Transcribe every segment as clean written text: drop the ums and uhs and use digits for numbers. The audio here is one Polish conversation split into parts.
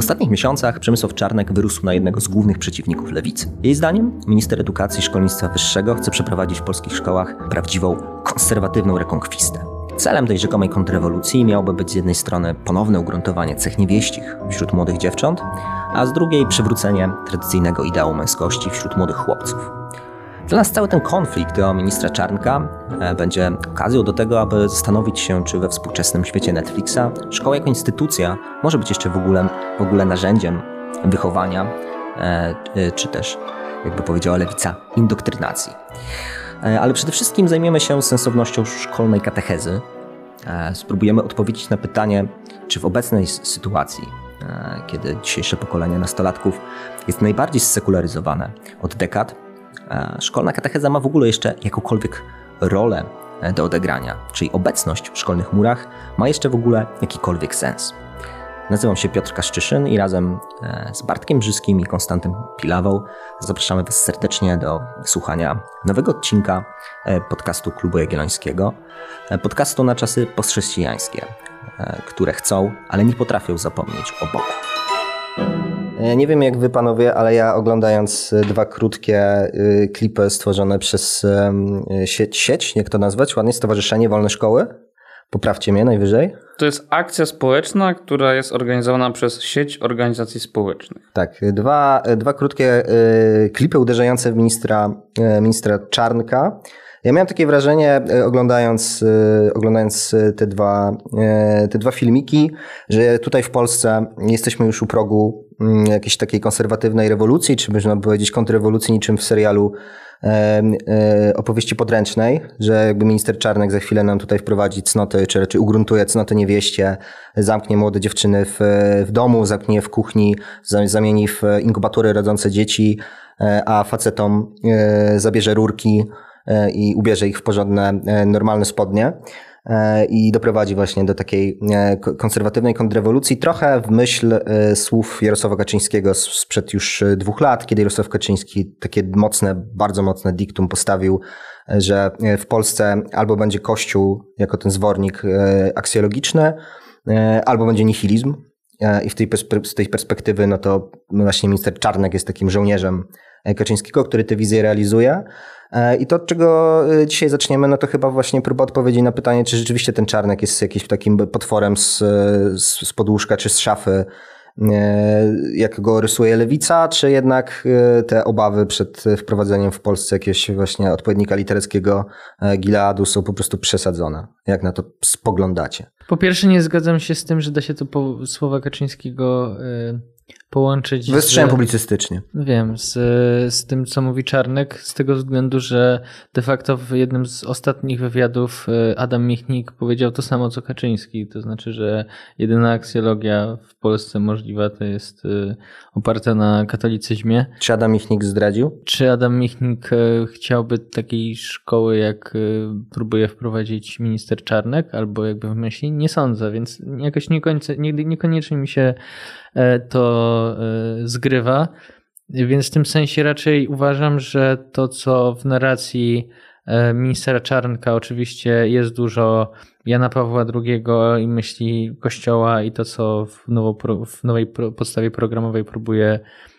ostatnich miesiącach Przemysław Czarnek wyrósł na jednego z głównych przeciwników lewicy. Jej zdaniem minister edukacji i szkolnictwa wyższego chce przeprowadzić w polskich szkołach prawdziwą, konserwatywną rekonkwistę. Celem tej rzekomej kontrrewolucji miałoby być z jednej strony ponowne ugruntowanie cech niewieścich wśród młodych dziewcząt, a z drugiej przywrócenie tradycyjnego ideału męskości wśród młodych chłopców. Dla nas cały ten konflikt o ministra Czarnka będzie okazją do tego, aby zastanowić się, czy we współczesnym świecie Netflixa szkoła jako instytucja może być jeszcze w ogóle narzędziem wychowania, czy też, jakby powiedziała lewica, indoktrynacji. Ale przede wszystkim zajmiemy się sensownością szkolnej katechezy. Spróbujemy odpowiedzieć na pytanie, czy w obecnej sytuacji, kiedy dzisiejsze pokolenie nastolatków jest najbardziej zsekularyzowane od dekad, szkolna katecheza ma w ogóle jeszcze jakąkolwiek rolę do odegrania, czyli obecność w szkolnych murach ma jeszcze w ogóle jakikolwiek sens. Nazywam się Piotr Kaszczyszyn i razem z Bartkiem Brzyskim i Konstantym Pilawą zapraszamy Was serdecznie do słuchania nowego odcinka podcastu Klubu Jagiellońskiego. Podcastu na czasy postchrześcijańskie, które chcą, ale nie potrafią zapomnieć o Bogu. Nie wiem jak wy panowie, ale ja oglądając dwa krótkie klipy stworzone przez sieć, jak to nazwać ładnie, Stowarzyszenie Wolne Szkoły. Poprawcie mnie najwyżej. To jest akcja społeczna, która jest organizowana przez sieć organizacji społecznych. Tak, dwa krótkie klipy uderzające w ministra Czarnka. Ja miałem takie wrażenie, oglądając te dwa filmiki, że tutaj w Polsce jesteśmy już u progu jakiejś takiej konserwatywnej rewolucji, czy można powiedzieć kontrrewolucji, niczym w serialu opowieści podręcznej, że jakby minister Czarnek za chwilę nam tutaj wprowadzi cnoty, czy raczej ugruntuje cnoty niewieście, zamknie młode dziewczyny w domu, zamknie je w kuchni, zamieni w inkubatory rodzące dzieci, a facetom zabierze rurki i ubierze ich w porządne, normalne spodnie i doprowadzi właśnie do takiej konserwatywnej kontrrewolucji, trochę w myśl słów Jarosława Kaczyńskiego sprzed już 2 lat, kiedy Jarosław Kaczyński takie bardzo mocne diktum postawił, że w Polsce albo będzie Kościół jako ten zwornik aksjologiczny, albo będzie nihilizm. I z tej perspektywy, no to właśnie minister Czarnek jest takim żołnierzem Kaczyńskiego, który tę wizję realizuje. I to, od czego dzisiaj zaczniemy, no to chyba właśnie próba odpowiedzi na pytanie, czy rzeczywiście ten Czarnek jest jakimś takim potworem z podłóżka czy z szafy, jak go rysuje lewica, czy jednak te obawy przed wprowadzeniem w Polsce jakiegoś właśnie odpowiednika literackiego Gileadu są po prostu przesadzone. Jak na to spoglądacie? Po pierwsze nie zgadzam się z tym, że da się to słowa Kaczyńskiego połączyć. Wystrzałem publicystycznie. Wiem, z tym, co mówi Czarnek, z tego względu, że de facto w jednym z ostatnich wywiadów Adam Michnik powiedział to samo, co Kaczyński. To znaczy, że jedyna aksjologia w Polsce możliwa to jest oparta na katolicyzmie. Czy Adam Michnik zdradził? Czy Adam Michnik chciałby takiej szkoły, jak próbuje wprowadzić minister Czarnek, albo jakby w myśli? Nie sądzę, więc jakoś niekoniecznie mi się to zgrywa, więc w tym sensie raczej uważam, że to, co w narracji ministra Czarnka oczywiście jest dużo Jana Pawła II i myśli Kościoła i to, co w nowej podstawie programowej próbuje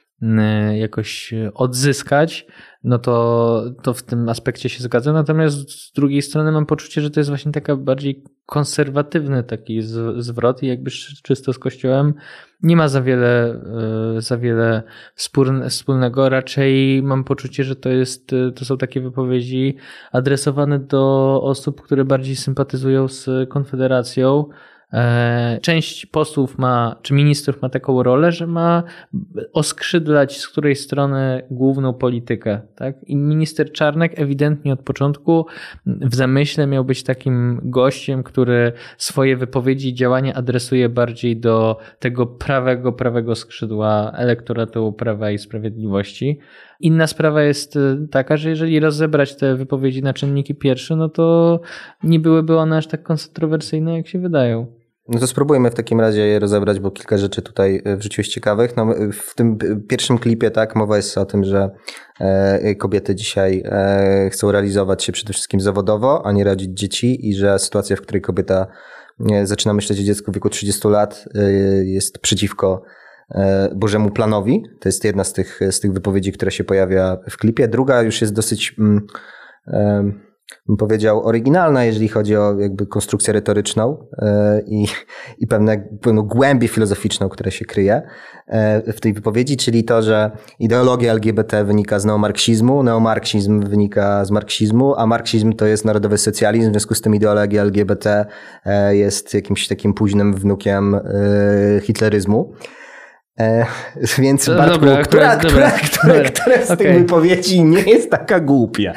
jakoś odzyskać, no to w tym aspekcie się zgadzam. Natomiast z drugiej strony mam poczucie, że to jest właśnie taka bardziej konserwatywny taki zwrot i jakby czysto z Kościołem nie ma za wiele wspólnego. Raczej mam poczucie, że to są takie wypowiedzi adresowane do osób, które bardziej sympatyzują z Konfederacją. Część posłów czy ministrów ma taką rolę, że ma oskrzydlać z której strony główną politykę, tak? I minister Czarnek ewidentnie od początku w zamyśle miał być takim gościem, który swoje wypowiedzi i działania adresuje bardziej do tego prawego skrzydła elektoratu Prawa i Sprawiedliwości. Inna sprawa jest taka, że jeżeli rozebrać te wypowiedzi na czynniki pierwsze, no to nie byłyby one aż tak kontrowersyjne, jak się wydają. No to spróbujmy w takim razie je rozebrać, bo kilka rzeczy tutaj wrzuciłeś ciekawych. No, w tym pierwszym klipie tak mowa jest o tym, że kobiety dzisiaj chcą realizować się przede wszystkim zawodowo, a nie rodzić dzieci i że sytuacja, w której kobieta zaczyna myśleć o dziecku w wieku 30 lat jest przeciwko Bożemu Planowi. To jest jedna z tych wypowiedzi, która się pojawia w klipie. Druga już jest dosyć, bym powiedział, oryginalna, jeżeli chodzi o jakby konstrukcję retoryczną i pewną głębię filozoficzną, która się kryje w tej wypowiedzi, czyli to, że ideologia LGBT wynika z neomarksizmu, neomarksizm wynika z marksizmu, a marksizm to jest narodowy socjalizm, w związku z tym ideologia LGBT jest jakimś takim późnym wnukiem hitleryzmu. Więc Bartku, która z tych wypowiedzi nie jest taka głupia?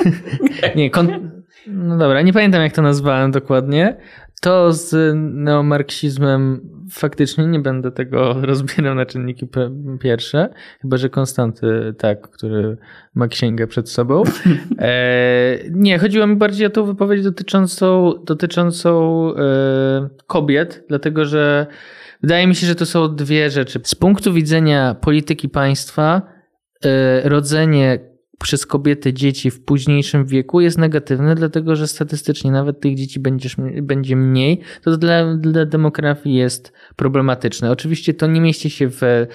No dobra, nie pamiętam jak to nazwałem dokładnie. To z neomarksizmem faktycznie nie będę tego rozbierał na czynniki pierwsze, chyba że Konstanty, tak, który ma księgę przed sobą. Nie, chodziło mi bardziej o tą wypowiedź dotyczącą kobiet, dlatego że wydaje mi się, że to są dwie rzeczy. Z punktu widzenia polityki państwa rodzenie przez kobiety dzieci w późniejszym wieku jest negatywne, dlatego że statystycznie nawet tych dzieci będzie mniej. To dla demografii jest problematyczne. Oczywiście to nie mieści się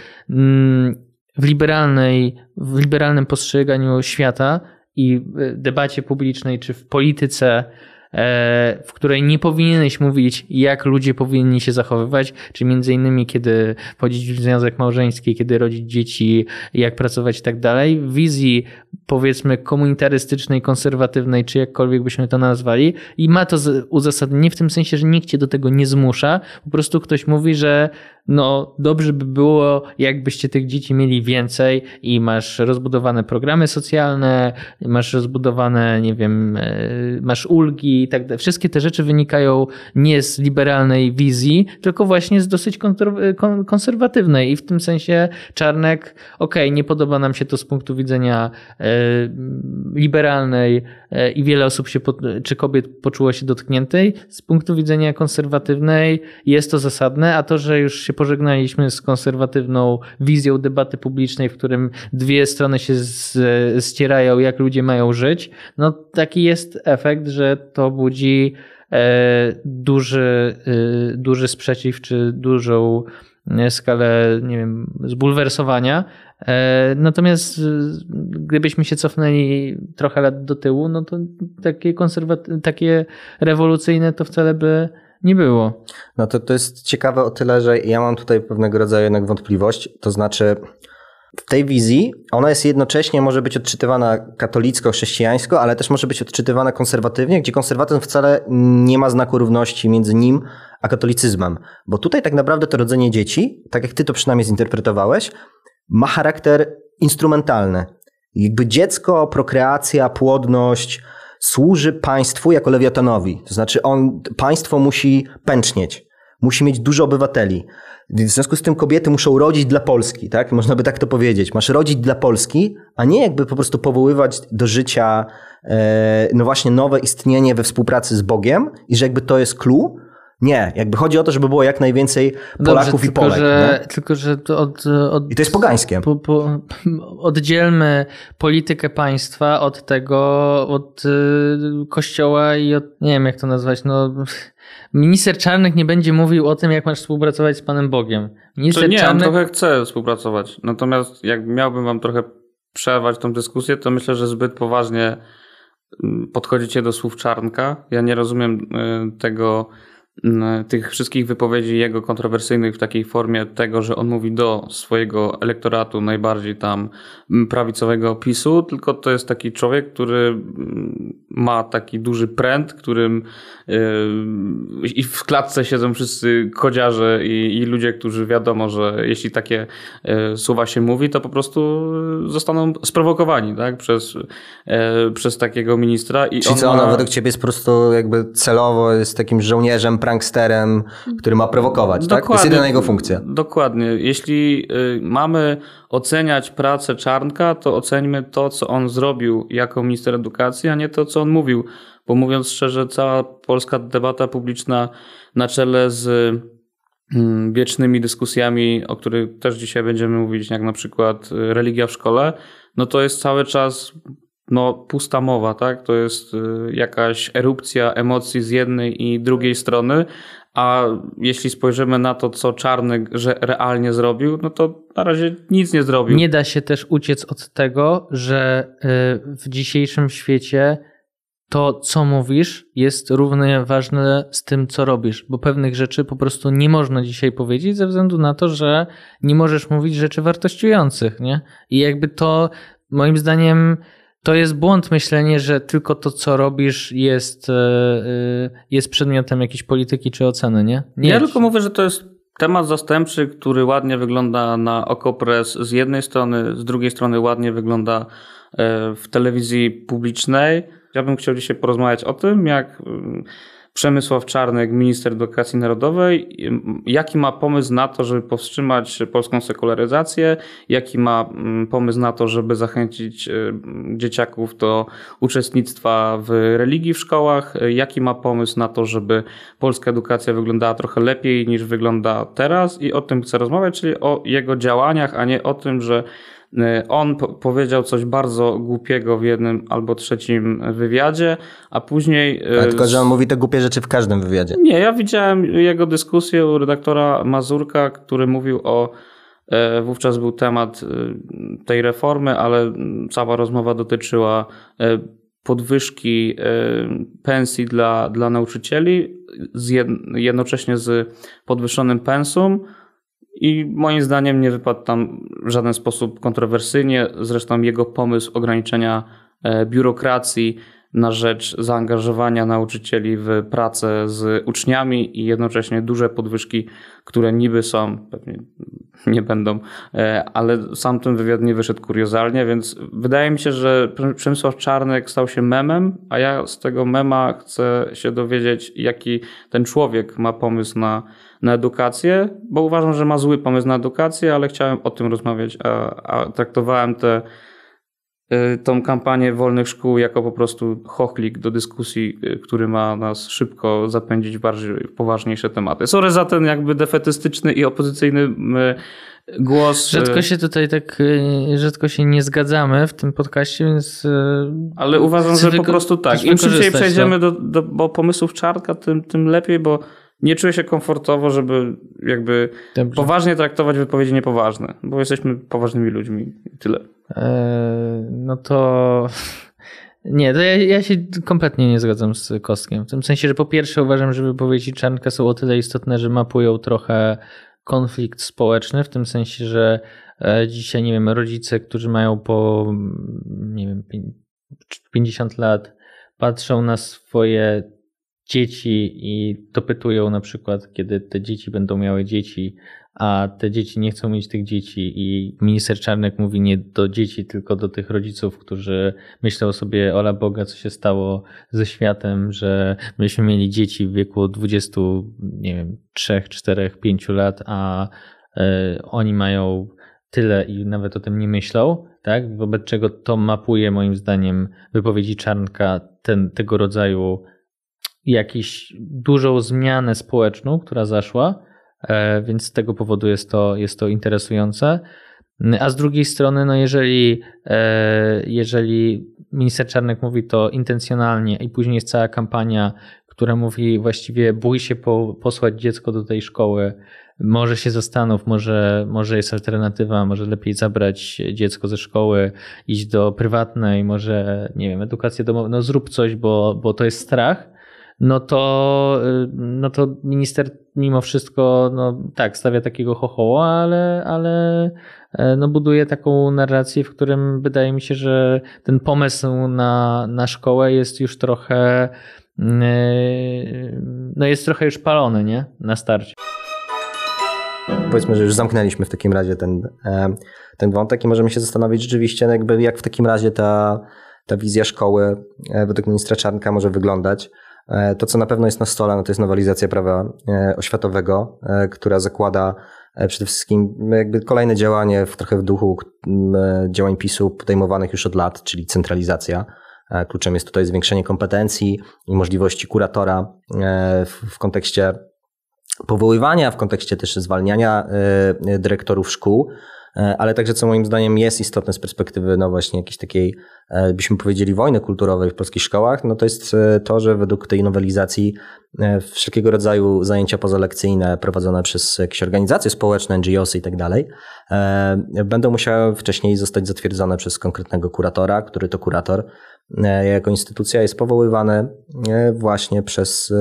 w liberalnym postrzeganiu świata i debacie publicznej, czy w polityce, w której nie powinieneś mówić, jak ludzie powinni się zachowywać, czy między innymi kiedy wchodzić w związek małżeński, kiedy rodzić dzieci, jak pracować i tak dalej. W wizji powiedzmy komunitarystycznej, konserwatywnej, czy jakkolwiek byśmy to nazwali, i ma to uzasadnienie w tym sensie, że nikt cię do tego nie zmusza, po prostu ktoś mówi, że no dobrze by było, jakbyście tych dzieci mieli więcej i masz rozbudowane programy socjalne, masz rozbudowane, nie wiem, masz ulgi i tak dalej. Wszystkie te rzeczy wynikają nie z liberalnej wizji, tylko właśnie z dosyć konserwatywnej i w tym sensie Czarnek, nie podoba nam się to z punktu widzenia liberalnej i wiele osób czy kobiet poczuło się dotkniętej. Z punktu widzenia konserwatywnej jest to zasadne, a to, że już się pożegnaliśmy z konserwatywną wizją debaty publicznej, w którym dwie strony się ścierają, jak ludzie mają żyć, no taki jest efekt, że to budzi duży sprzeciw, czy dużą skalę, nie wiem, zbulwersowania. Natomiast gdybyśmy się cofnęli trochę lat do tyłu, no to takie rewolucyjne to wcale by nie było. No to jest ciekawe o tyle, że ja mam tutaj pewnego rodzaju jednak wątpliwość, to znaczy w tej wizji ona jest jednocześnie, może być odczytywana katolicko-chrześcijańsko, ale też może być odczytywana konserwatywnie, gdzie konserwatyzm wcale nie ma znaku równości między nim a katolicyzmem. Bo tutaj tak naprawdę to rodzenie dzieci, tak jak ty to przynajmniej zinterpretowałeś, ma charakter instrumentalny. Jakby dziecko, prokreacja, płodność służy państwu jako lewiatanowi. To znaczy państwo musi pęcznieć, musi mieć dużo obywateli. W związku z tym kobiety muszą rodzić dla Polski, tak? Można by tak to powiedzieć. Masz rodzić dla Polski, a nie jakby po prostu powoływać do życia no właśnie nowe istnienie we współpracy z Bogiem i że jakby to jest clue. Nie, jakby chodzi o to, żeby było jak najwięcej Polaków i Polek. Tylko, że to I to jest pogańskie. Oddzielmy politykę państwa od kościoła i nie wiem jak to nazwać, minister Czarnek nie będzie mówił o tym, jak masz współpracować z Panem Bogiem. On trochę chce współpracować. Natomiast jak miałbym wam trochę przerwać tą dyskusję, to myślę, że zbyt poważnie podchodzicie do słów Czarnka. Ja nie rozumiem tych wszystkich wypowiedzi jego kontrowersyjnych w takiej formie tego, że on mówi do swojego elektoratu najbardziej tam prawicowego PiS-u, tylko to jest taki człowiek, który ma taki duży pręt, którym i w klatce siedzą wszyscy kodziarze i ludzie, którzy wiadomo, że jeśli takie słowa się mówi, to po prostu zostaną sprowokowani, tak? Przez takiego ministra. Czyli co ona według ciebie jest po prostu jakby celowo jest takim żołnierzem, pranksterem, który ma prowokować, tak? To jest jedyna jego funkcja. Dokładnie. Jeśli mamy oceniać pracę Czarnka, to oceńmy to, co on zrobił jako minister edukacji, a nie to, co on mówił. Bo mówiąc szczerze, cała polska debata publiczna na czele z wiecznymi dyskusjami, o których też dzisiaj będziemy mówić, jak na przykład religia w szkole, no to jest cały czas pusta mowa, tak? To jest jakaś erupcja emocji z jednej i drugiej strony, A jeśli spojrzymy na to, co Czarnek że realnie zrobił, no to na razie nic nie zrobił. Nie da się też uciec od tego, że w dzisiejszym świecie to, co mówisz, jest równie ważne z tym, co robisz, bo pewnych rzeczy po prostu nie można dzisiaj powiedzieć ze względu na to, że nie możesz mówić rzeczy wartościujących, nie? I jakby to, moim zdaniem, to jest błąd myślenie, że tylko to, co robisz jest przedmiotem jakiejś polityki czy oceny, nie? Ja tylko mówię, że to jest temat zastępczy, który ładnie wygląda na Okopres z jednej strony, z drugiej strony ładnie wygląda w telewizji publicznej. Ja bym chciał dzisiaj porozmawiać o tym, jak Przemysław Czarnek, minister edukacji narodowej, jaki ma pomysł na to, żeby powstrzymać polską sekularyzację, jaki ma pomysł na to, żeby zachęcić dzieciaków do uczestnictwa w religii w szkołach, jaki ma pomysł na to, żeby polska edukacja wyglądała trochę lepiej niż wygląda teraz i o tym chcę rozmawiać, czyli o jego działaniach, a nie o tym, że on powiedział coś bardzo głupiego w jednym albo trzecim wywiadzie, a później... Tylko, że on mówi te głupie rzeczy w każdym wywiadzie. Nie, ja widziałem jego dyskusję u redaktora Mazurka, który mówił o... Wówczas był temat tej reformy, ale cała rozmowa dotyczyła podwyżki pensji dla nauczycieli jednocześnie z podwyższonym pensum. I moim zdaniem nie wypadł tam w żaden sposób kontrowersyjnie. Zresztą jego pomysł ograniczenia biurokracji na rzecz zaangażowania nauczycieli w pracę z uczniami i jednocześnie duże podwyżki, które niby są, pewnie nie będą, ale sam ten wywiad nie wyszedł kuriozalnie, więc wydaje mi się, że Przemysław Czarnek stał się memem, a ja z tego mema chcę się dowiedzieć, jaki ten człowiek ma pomysł na edukację, bo uważam, że ma zły pomysł na edukację, ale chciałem o tym rozmawiać, a traktowałem tą kampanię wolnych szkół jako po prostu chochlik do dyskusji, który ma nas szybko zapędzić w bardziej poważniejsze tematy. Sorry za ten jakby defetystyczny i opozycyjny głos. Rzadko się nie zgadzamy w tym podcaście, więc... Ale uważam, że po prostu tak. Im szybciej przejdziemy do pomysłów Czarnka, tym lepiej, bo nie czuję się komfortowo, żeby jakby poważnie traktować wypowiedzi niepoważne, bo jesteśmy poważnymi ludźmi i tyle. No to... Nie, to ja się kompletnie nie zgadzam z Kostkiem. W tym sensie, że po pierwsze uważam, że wypowiedzi Czarnka są o tyle istotne, że mapują trochę konflikt społeczny, w tym sensie, że dzisiaj, nie wiem, rodzice, którzy mają po, nie wiem, 50 lat, patrzą na swoje dzieci i dopytują na przykład, kiedy te dzieci będą miały dzieci, a te dzieci nie chcą mieć tych dzieci i minister Czarnek mówi nie do dzieci, tylko do tych rodziców, którzy myślą sobie, ola Boga, co się stało ze światem, że myśmy mieli dzieci w wieku 20, nie wiem, 3, 4, 5 lat, a oni mają tyle i nawet o tym nie myślą, tak? Wobec czego to mapuje moim zdaniem wypowiedzi Czarnka tego rodzaju jakąś dużą zmianę społeczną, która zaszła, więc z tego powodu jest to interesujące. A z drugiej strony, no jeżeli minister Czarnek mówi to intencjonalnie i później jest cała kampania, która mówi właściwie bój się posłać dziecko do tej szkoły, może się zastanów, może jest alternatywa, może lepiej zabrać dziecko ze szkoły, iść do prywatnej, może, nie wiem, edukację domową, no zrób coś, bo to jest strach. No to minister mimo wszystko, no tak, stawia takiego chochoła, ale no buduje taką narrację, w którym wydaje mi się, że ten pomysł na szkołę jest już trochę, no jest trochę już palony, nie? Na starcie. Powiedzmy, że już zamknęliśmy w takim razie ten wątek i możemy się zastanowić rzeczywiście, jakby jak w takim razie ta wizja szkoły według ministra Czarnka może wyglądać. To, co na pewno jest na stole, no to jest nowelizacja prawa oświatowego, która zakłada przede wszystkim jakby kolejne działanie trochę w duchu działań PiS-u podejmowanych już od lat, czyli centralizacja. Kluczem jest tutaj zwiększenie kompetencji i możliwości kuratora w kontekście powoływania, w kontekście też zwalniania dyrektorów szkół. ale także co moim zdaniem jest istotne z perspektywy no właśnie jakiejś takiej, byśmy powiedzieli, wojny kulturowej w polskich szkołach, no to jest to, że według tej nowelizacji wszelkiego rodzaju zajęcia pozalekcyjne prowadzone przez jakieś organizacje społeczne, NGOs i tak dalej, będą musiały wcześniej zostać zatwierdzone przez konkretnego kuratora, który to kurator jako instytucja jest powoływany właśnie przez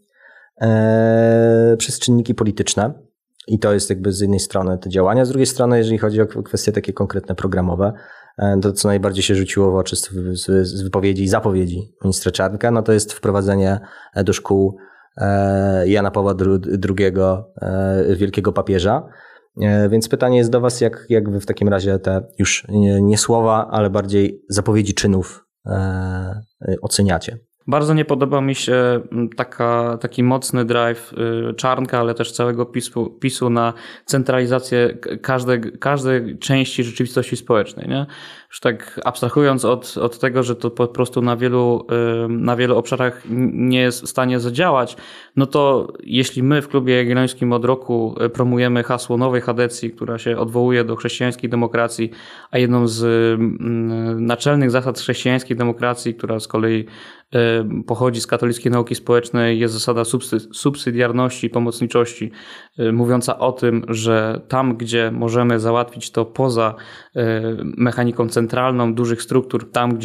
czynniki polityczne. I to jest jakby z jednej strony te działania, z drugiej strony jeżeli chodzi o kwestie takie konkretne programowe, to co najbardziej się rzuciło w oczy z wypowiedzi i zapowiedzi ministra Czarnka, no to jest wprowadzenie do szkół Jana Pawła II, wielkiego papieża. Więc pytanie jest do was, jak wy w takim razie te już nie słowa, ale bardziej zapowiedzi czynów oceniacie? Bardzo nie podoba mi się taki mocny drive Czarnka, ale też całego PiS-u na centralizację każdej części rzeczywistości społecznej. Nie? Już tak abstrahując od tego, że to po prostu na wielu obszarach nie jest w stanie zadziałać, no to jeśli my w Klubie Jagiellońskim od roku promujemy hasło nowej chadecji, która się odwołuje do chrześcijańskiej demokracji, a jedną z naczelnych zasad chrześcijańskiej demokracji, która z kolei pochodzi z katolickiej nauki społecznej, jest zasada subsydiarności i pomocniczości, mówiąca o tym, że tam, gdzie możemy załatwić to poza mechaniką centralną dużych struktur, tam,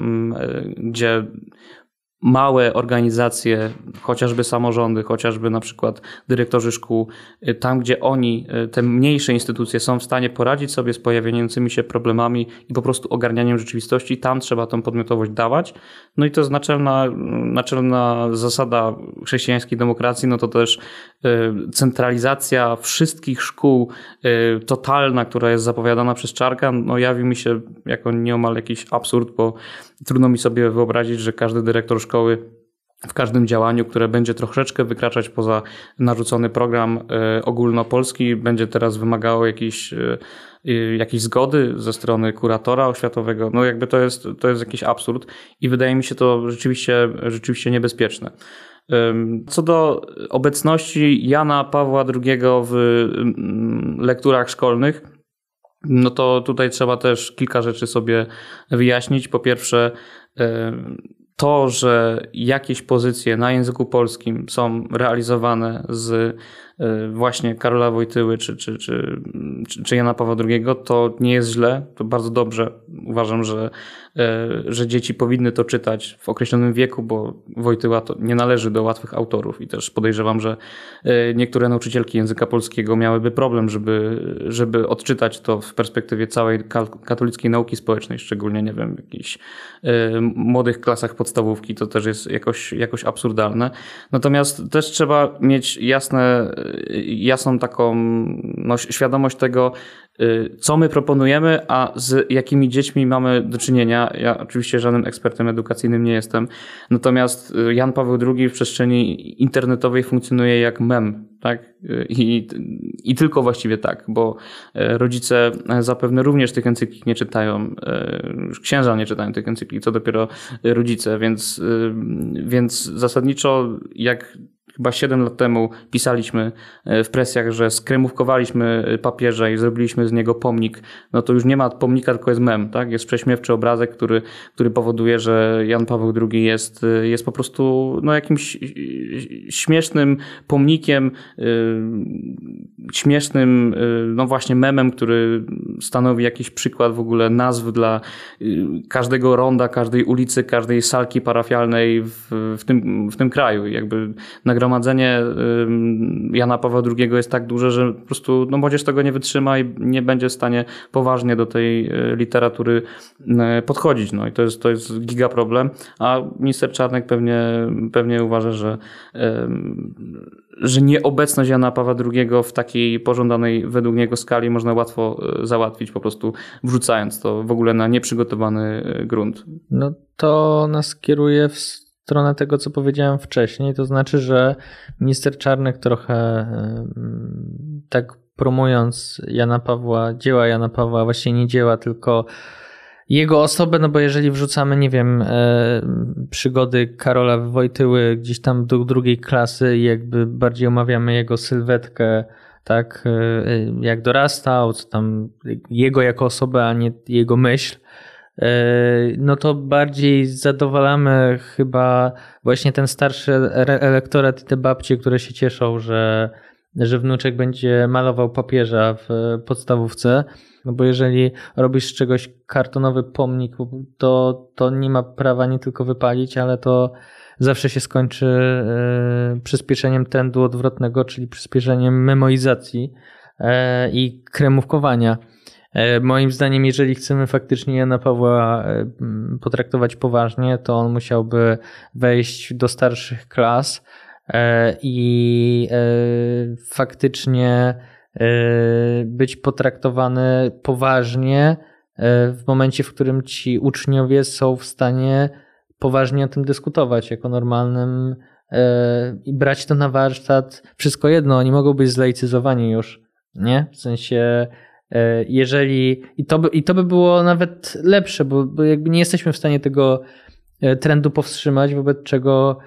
gdzie małe organizacje, chociażby samorządy, chociażby na przykład dyrektorzy szkół, tam gdzie oni, te mniejsze instytucje są w stanie poradzić sobie z pojawiającymi się problemami i po prostu ogarnianiem rzeczywistości, tam trzeba tą podmiotowość dawać. No i to jest naczelna zasada chrześcijańskiej demokracji, no to też centralizacja wszystkich szkół totalna, która jest zapowiadana przez Czarnka, no jawi mi się jako nieomal jakiś absurd, bo trudno mi sobie wyobrazić, że każdy dyrektor szkoły w każdym działaniu, które będzie troszeczkę wykraczać poza narzucony program ogólnopolski, będzie teraz wymagało jakiejś zgody ze strony kuratora oświatowego. No jakby to jest jakiś absurd i wydaje mi się to rzeczywiście niebezpieczne. Co do obecności Jana Pawła II w lekturach szkolnych, no to tutaj trzeba też kilka rzeczy sobie wyjaśnić. Po pierwsze, to, że jakieś pozycje na języku polskim są realizowane z właśnie Karola Wojtyły czy Jana Pawła II, to nie jest źle, to bardzo dobrze. Uważam, że dzieci powinny to czytać w określonym wieku, bo Wojtyła to nie należy do łatwych autorów i też podejrzewam, że niektóre nauczycielki języka polskiego miałyby problem, żeby odczytać to w perspektywie całej katolickiej nauki społecznej, szczególnie, nie wiem, w jakichś młodych klasach podstawówki, to też jest jakoś absurdalne. Natomiast też trzeba mieć jasną taką świadomość tego, co my proponujemy, a z jakimi dziećmi mamy do czynienia. Ja oczywiście żadnym ekspertem edukacyjnym nie jestem, natomiast Jan Paweł II w przestrzeni internetowej funkcjonuje jak mem, tak? I tylko właściwie tak, bo rodzice zapewne również tych encyklik nie czytają, księża nie czytają tych encyklik, co dopiero rodzice, więc zasadniczo jak chyba 7 lat temu pisaliśmy w presjach, że skremówkowaliśmy papieża i zrobiliśmy z niego pomnik, no to już nie ma pomnika, tylko jest mem, tak? Jest prześmiewczy obrazek, który powoduje, że Jan Paweł II jest po prostu jakimś śmiesznym pomnikiem, śmiesznym właśnie memem, który stanowi jakiś przykład w ogóle nazw dla każdego ronda, każdej ulicy, każdej salki parafialnej w tym kraju. Jakby nagromadzenie Jana Pawła II jest tak duże, że po prostu młodzież tego nie wytrzyma i nie będzie w stanie poważnie do tej literatury podchodzić. No i to jest giga problem, a minister Czarnek pewnie uważa, że nieobecność Jana Pawła II w takiej pożądanej według niego skali można łatwo załatwić, po prostu wrzucając to w ogóle na nieprzygotowany grunt. No to nas kieruje w stronę tego, co powiedziałem wcześniej, to znaczy, że minister Czarnek trochę tak promując dzieła Jana Pawła, właściwie nie dzieła, tylko jego osobę, no bo jeżeli wrzucamy, nie wiem, przygody Karola Wojtyły gdzieś tam do drugiej klasy i jakby bardziej omawiamy jego sylwetkę tak, jak dorastał, co tam jego jako osobę, a nie jego myśl, no to bardziej zadowalamy chyba właśnie ten starszy elektorat i te babcie, które się cieszą, że wnuczek będzie malował papieża w podstawówce, no bo jeżeli robisz z czegoś kartonowy pomnik, to nie ma prawa nie tylko wypalić, ale to zawsze się skończy przyspieszeniem trendu odwrotnego, czyli przyspieszeniem memoizacji i kremówkowania. Moim zdaniem, jeżeli chcemy faktycznie Jana Pawła potraktować poważnie, to on musiałby wejść do starszych klas i faktycznie być potraktowany poważnie w momencie, w którym ci uczniowie są w stanie poważnie o tym dyskutować jako normalnym i brać to na warsztat. Wszystko jedno, oni mogą być zlaicyzowani już, nie? W sensie jeżeli i to by było nawet lepsze, bo jakby nie jesteśmy w stanie tego trendu powstrzymać, wobec czego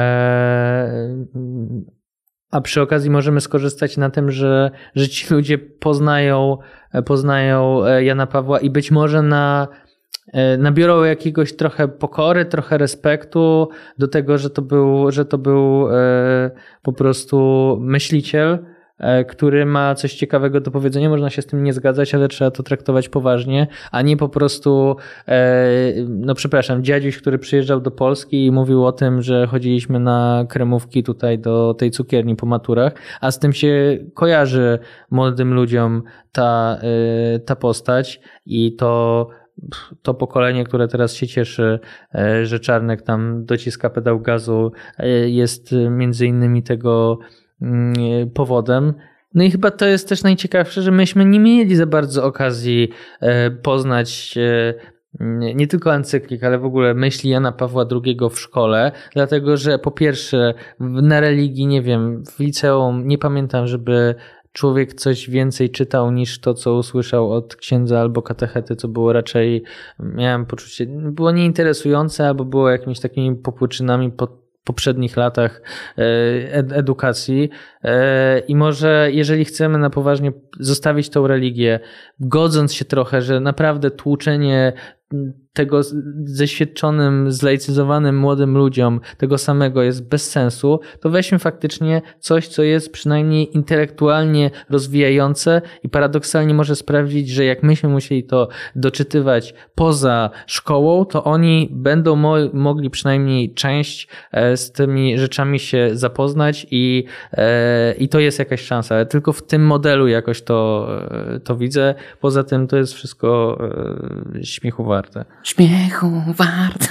a przy okazji możemy skorzystać na tym, że ci ludzie poznają Jana Pawła i być może nabiorą jakiegoś trochę pokory, trochę respektu do tego, że to był po prostu myśliciel, który ma coś ciekawego do powiedzenia. Można się z tym nie zgadzać, ale trzeba to traktować poważnie, a nie po prostu dziadziuś, który przyjeżdżał do Polski i mówił o tym, że chodziliśmy na kremówki tutaj do tej cukierni po maturach, a z tym się kojarzy młodym ludziom ta postać i to pokolenie, które teraz się cieszy, że Czarnek tam dociska pedał gazu, jest między innymi tego powodem. No i chyba to jest też najciekawsze, że myśmy nie mieli za bardzo okazji poznać nie tylko encyklik, ale w ogóle myśli Jana Pawła II w szkole, dlatego że po pierwsze na religii, nie wiem, w liceum nie pamiętam, żeby człowiek coś więcej czytał niż to, co usłyszał od księdza albo katechety, co było raczej, miałem poczucie, było nieinteresujące albo było jakimiś takimi popłyczynami poprzednich latach edukacji i może jeżeli chcemy na poważnie zostawić tą religię, godząc się trochę, że naprawdę tłuczenie tego zeświadczonym, zlaicyzowanym młodym ludziom tego samego jest bez sensu, to weźmy faktycznie coś, co jest przynajmniej intelektualnie rozwijające i paradoksalnie może sprawić, że jak myśmy musieli to doczytywać poza szkołą, to oni będą mogli przynajmniej część z tymi rzeczami się zapoznać i to jest jakaś szansa, ale tylko w tym modelu jakoś to widzę. Poza tym to jest wszystko śmiechu warte. Śmiechu warte.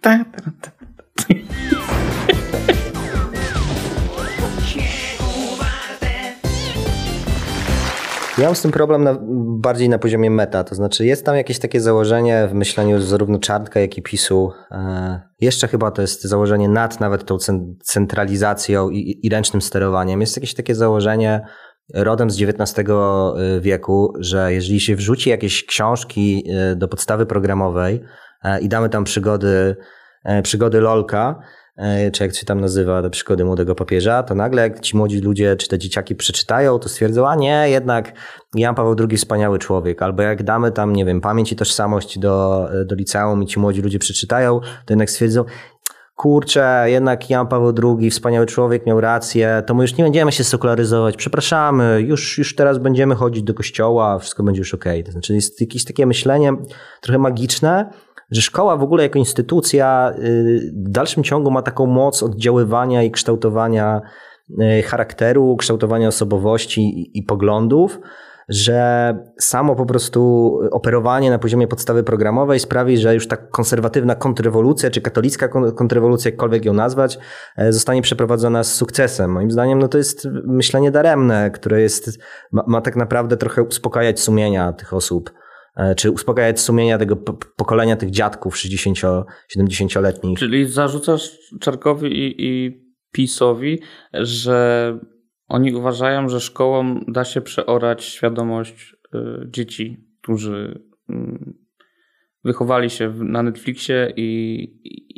Ja mam z tym problem bardziej na poziomie meta, to znaczy jest tam jakieś takie założenie w myśleniu zarówno Czarnka, jak i PiS-u. Jeszcze chyba to jest założenie nad nawet tą centralizacją i ręcznym sterowaniem. Jest jakieś takie założenie rodem z XIX wieku, że jeżeli się wrzuci jakieś książki do podstawy programowej i damy tam przygody Lolka, czy jak się tam nazywa, te przygody młodego papieża, to nagle jak ci młodzi ludzie, czy te dzieciaki przeczytają, to stwierdzą, a nie, jednak Jan Paweł II wspaniały człowiek. Albo jak damy tam, nie wiem, pamięć i tożsamość do liceum i ci młodzi ludzie przeczytają, to jednak stwierdzą, kurczę, jednak Jan Paweł II, wspaniały człowiek, miał rację, to my już nie będziemy się sekularyzować, przepraszamy, już teraz będziemy chodzić do kościoła, wszystko będzie już okej. To znaczy jest jakieś takie myślenie trochę magiczne, że szkoła w ogóle jako instytucja w dalszym ciągu ma taką moc oddziaływania i kształtowania charakteru, kształtowania osobowości i poglądów, że samo po prostu operowanie na poziomie podstawy programowej sprawi, że już ta konserwatywna kontrrewolucja, czy katolicka kontrrewolucja, jakkolwiek ją nazwać, zostanie przeprowadzona z sukcesem. Moim zdaniem no to jest myślenie daremne, które ma tak naprawdę trochę uspokajać sumienia tych osób, czy uspokajać sumienia tego pokolenia tych dziadków 60-70-letnich. Czyli zarzucasz Czarnkowi i PiS-owi, że oni uważają, że szkołą da się przeorać świadomość dzieci, którzy wychowali się na Netflixie i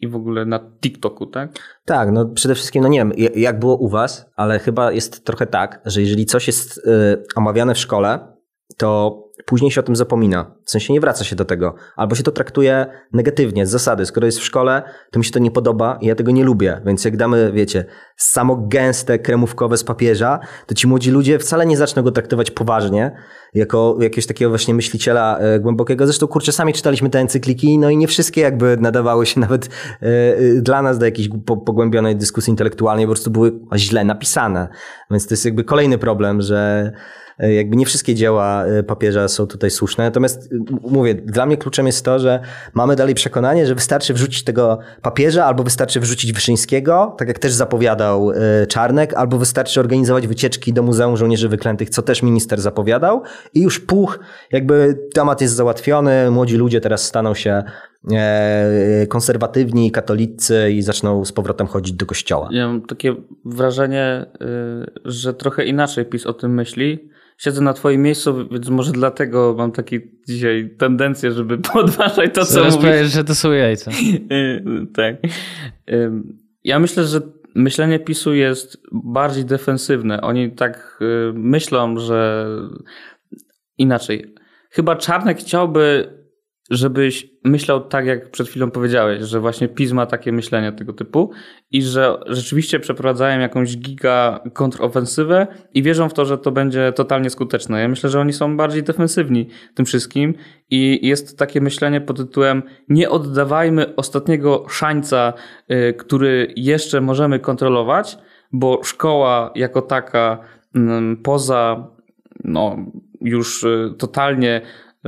i w ogóle na TikToku, tak? Tak, no przede wszystkim, no nie wiem, jak było u was, ale chyba jest trochę tak, że jeżeli coś jest omawiane w szkole, to później się o tym zapomina. W sensie nie wraca się do tego. Albo się to traktuje negatywnie, z zasady. Skoro jest w szkole, to mi się to nie podoba i ja tego nie lubię. Więc jak damy, wiecie, samo gęste, kremówkowe z papieża, to ci młodzi ludzie wcale nie zaczną go traktować poważnie, jako jakiegoś takiego właśnie myśliciela głębokiego. Zresztą, kurczę, sami czytaliśmy te encykliki, no i nie wszystkie jakby nadawały się nawet dla nas do jakiejś pogłębionej dyskusji intelektualnej, po prostu były źle napisane. Więc to jest jakby kolejny problem, że jakby nie wszystkie dzieła papieża są tutaj słuszne. Natomiast mówię, dla mnie kluczem jest to, że mamy dalej przekonanie, że wystarczy wrzucić tego papieża, albo wystarczy wrzucić Wyszyńskiego, tak jak też zapowiadał Czarnek, albo wystarczy organizować wycieczki do Muzeum Żołnierzy Wyklętych, co też minister zapowiadał i już jakby temat jest załatwiony, młodzi ludzie teraz staną się konserwatywni, katolicy i zaczną z powrotem chodzić do kościoła. Ja mam takie wrażenie, że trochę inaczej PiS o tym myśli. Siedzę na twoim miejscu, więc może dlatego mam taki dzisiaj tendencję, żeby podważać to, co mówisz. Powiesz, że to są jajca. Tak. Ja myślę, że myślenie PiS-u jest bardziej defensywne. Oni tak myślą, że inaczej. Chyba Czarnek chciałby, żebyś myślał tak, jak przed chwilą powiedziałeś, że właśnie PiS ma takie myślenie tego typu i że rzeczywiście przeprowadzają jakąś giga kontrofensywę i wierzą w to, że to będzie totalnie skuteczne. Ja myślę, że oni są bardziej defensywni tym wszystkim i jest takie myślenie pod tytułem nie oddawajmy ostatniego szańca, który jeszcze możemy kontrolować, bo szkoła jako taka poza już totalnie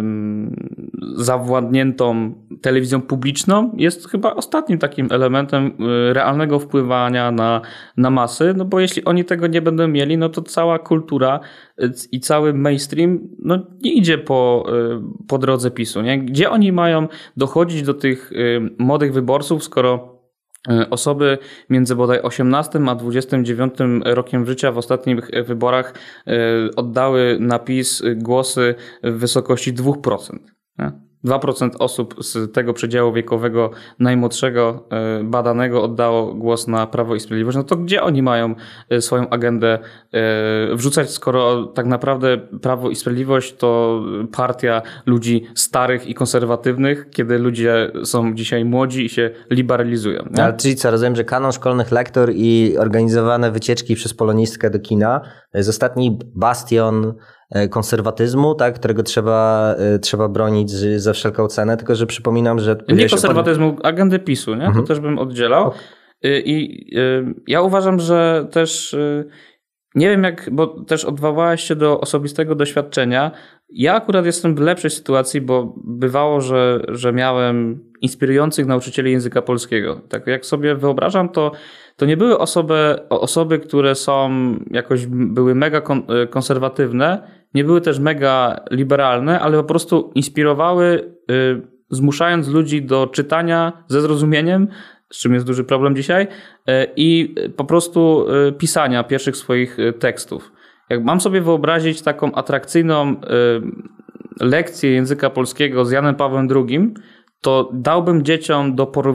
zawładniętą telewizją publiczną jest chyba ostatnim takim elementem realnego wpływania na masy, no bo jeśli oni tego nie będą mieli, no to cała kultura i cały mainstream nie idzie po drodze PiS-u, nie? Gdzie oni mają dochodzić do tych młodych wyborców, skoro osoby między bodaj 18 a 29 rokiem życia w ostatnich wyborach oddały na PiS głosy w wysokości 2%. Nie? 2% osób z tego przedziału wiekowego najmłodszego badanego oddało głos na Prawo i Sprawiedliwość. No to gdzie oni mają swoją agendę wrzucać, skoro tak naprawdę Prawo i Sprawiedliwość to partia ludzi starych i konserwatywnych, kiedy ludzie są dzisiaj młodzi i się liberalizują. Nie? Ale czyli co, rozumiem, że kanon szkolnych lektur i organizowane wycieczki przez polonistkę do kina to jest ostatni bastion konserwatyzmu, tak, którego trzeba bronić za wszelką cenę, tylko że przypominam, że... Nie konserwatyzmu, agendy PiS-u, nie? To też bym oddzielał. I ja uważam, że też nie wiem jak, bo też odwołałeś się do osobistego doświadczenia. Ja akurat jestem w lepszej sytuacji, bo bywało, że miałem inspirujących nauczycieli języka polskiego. Tak jak sobie wyobrażam, to nie były osoby, które były mega konserwatywne, nie były też mega liberalne, ale po prostu inspirowały, zmuszając ludzi do czytania ze zrozumieniem, z czym jest duży problem dzisiaj, i po prostu pisania pierwszych swoich tekstów. Jak mam sobie wyobrazić taką atrakcyjną lekcję języka polskiego z Janem Pawłem II, to dałbym dzieciom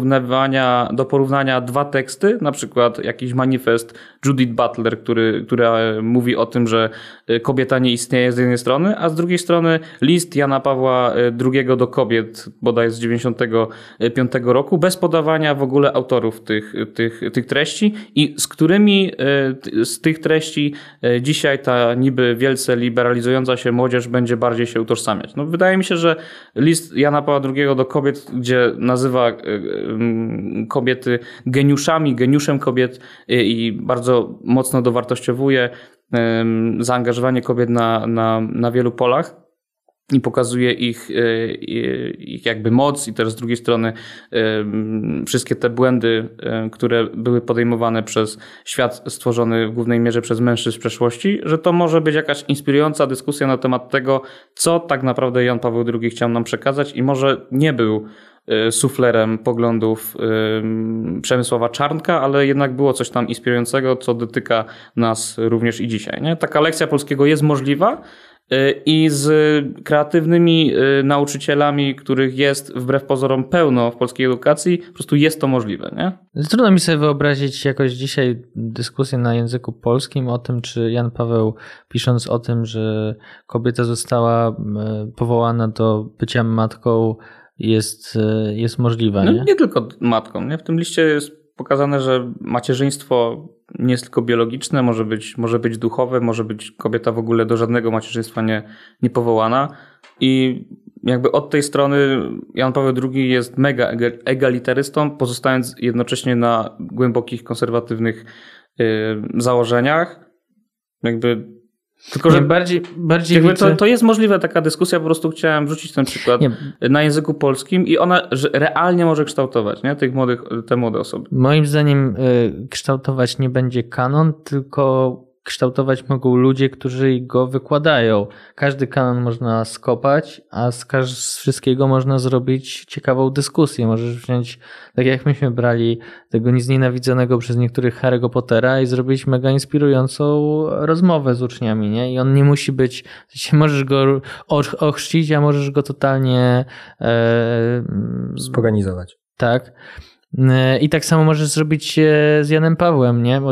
do porównania dwa teksty, na przykład jakiś manifest Judith Butler, która mówi o tym, że kobieta nie istnieje z jednej strony, a z drugiej strony list Jana Pawła II do kobiet, bodaj z 95 roku, bez podawania w ogóle autorów tych treści i z którymi z tych treści dzisiaj ta niby wielce liberalizująca się młodzież będzie bardziej się utożsamiać. No, wydaje mi się, że list Jana Pawła II do kobiet, gdzie nazywa kobiety geniuszem kobiet i bardzo mocno dowartościowuje zaangażowanie kobiet na wielu polach i pokazuje ich jakby moc i też z drugiej strony wszystkie te błędy, które były podejmowane przez świat stworzony w głównej mierze przez mężczyzn w przeszłości, że to może być jakaś inspirująca dyskusja na temat tego, co tak naprawdę Jan Paweł II chciał nam przekazać i może nie był suflerem poglądów Przemysława Czarnka, ale jednak było coś tam inspirującego, co dotyka nas również i dzisiaj. Nie? Taka lekcja polskiego jest możliwa i z kreatywnymi nauczycielami, których jest wbrew pozorom pełno w polskiej edukacji, po prostu jest to możliwe, nie? Trudno mi sobie wyobrazić jakoś dzisiaj dyskusję na języku polskim o tym, czy Jan Paweł, pisząc o tym, że kobieta została powołana do bycia matką, jest możliwa, nie? No, nie tylko matką, nie? W tym liście jest pokazane, że macierzyństwo nie jest tylko biologiczne, może być duchowe, może być kobieta w ogóle do żadnego macierzyństwa nie powołana i jakby od tej strony Jan Paweł II jest mega egalitarystą, pozostając jednocześnie na głębokich, konserwatywnych założeniach. Jakby tylko, że bardziej to jest możliwe, taka dyskusja, po prostu chciałem wrzucić ten przykład na języku polskim i ona realnie może kształtować, nie? Te młode osoby. Moim zdaniem kształtować nie będzie kanon, tylko kształtować mogą ludzie, którzy go wykładają. Każdy kanon można skopać, a z wszystkiego można zrobić ciekawą dyskusję. Możesz wziąć, tak jak myśmy brali tego nieznienawidzonego przez niektórych Harry'ego Pottera i zrobić mega inspirującą rozmowę z uczniami, nie? I on nie musi być, możesz go ochrzcić, a możesz go totalnie Spoganizować. Tak. I tak samo możesz zrobić z Janem Pawłem, nie?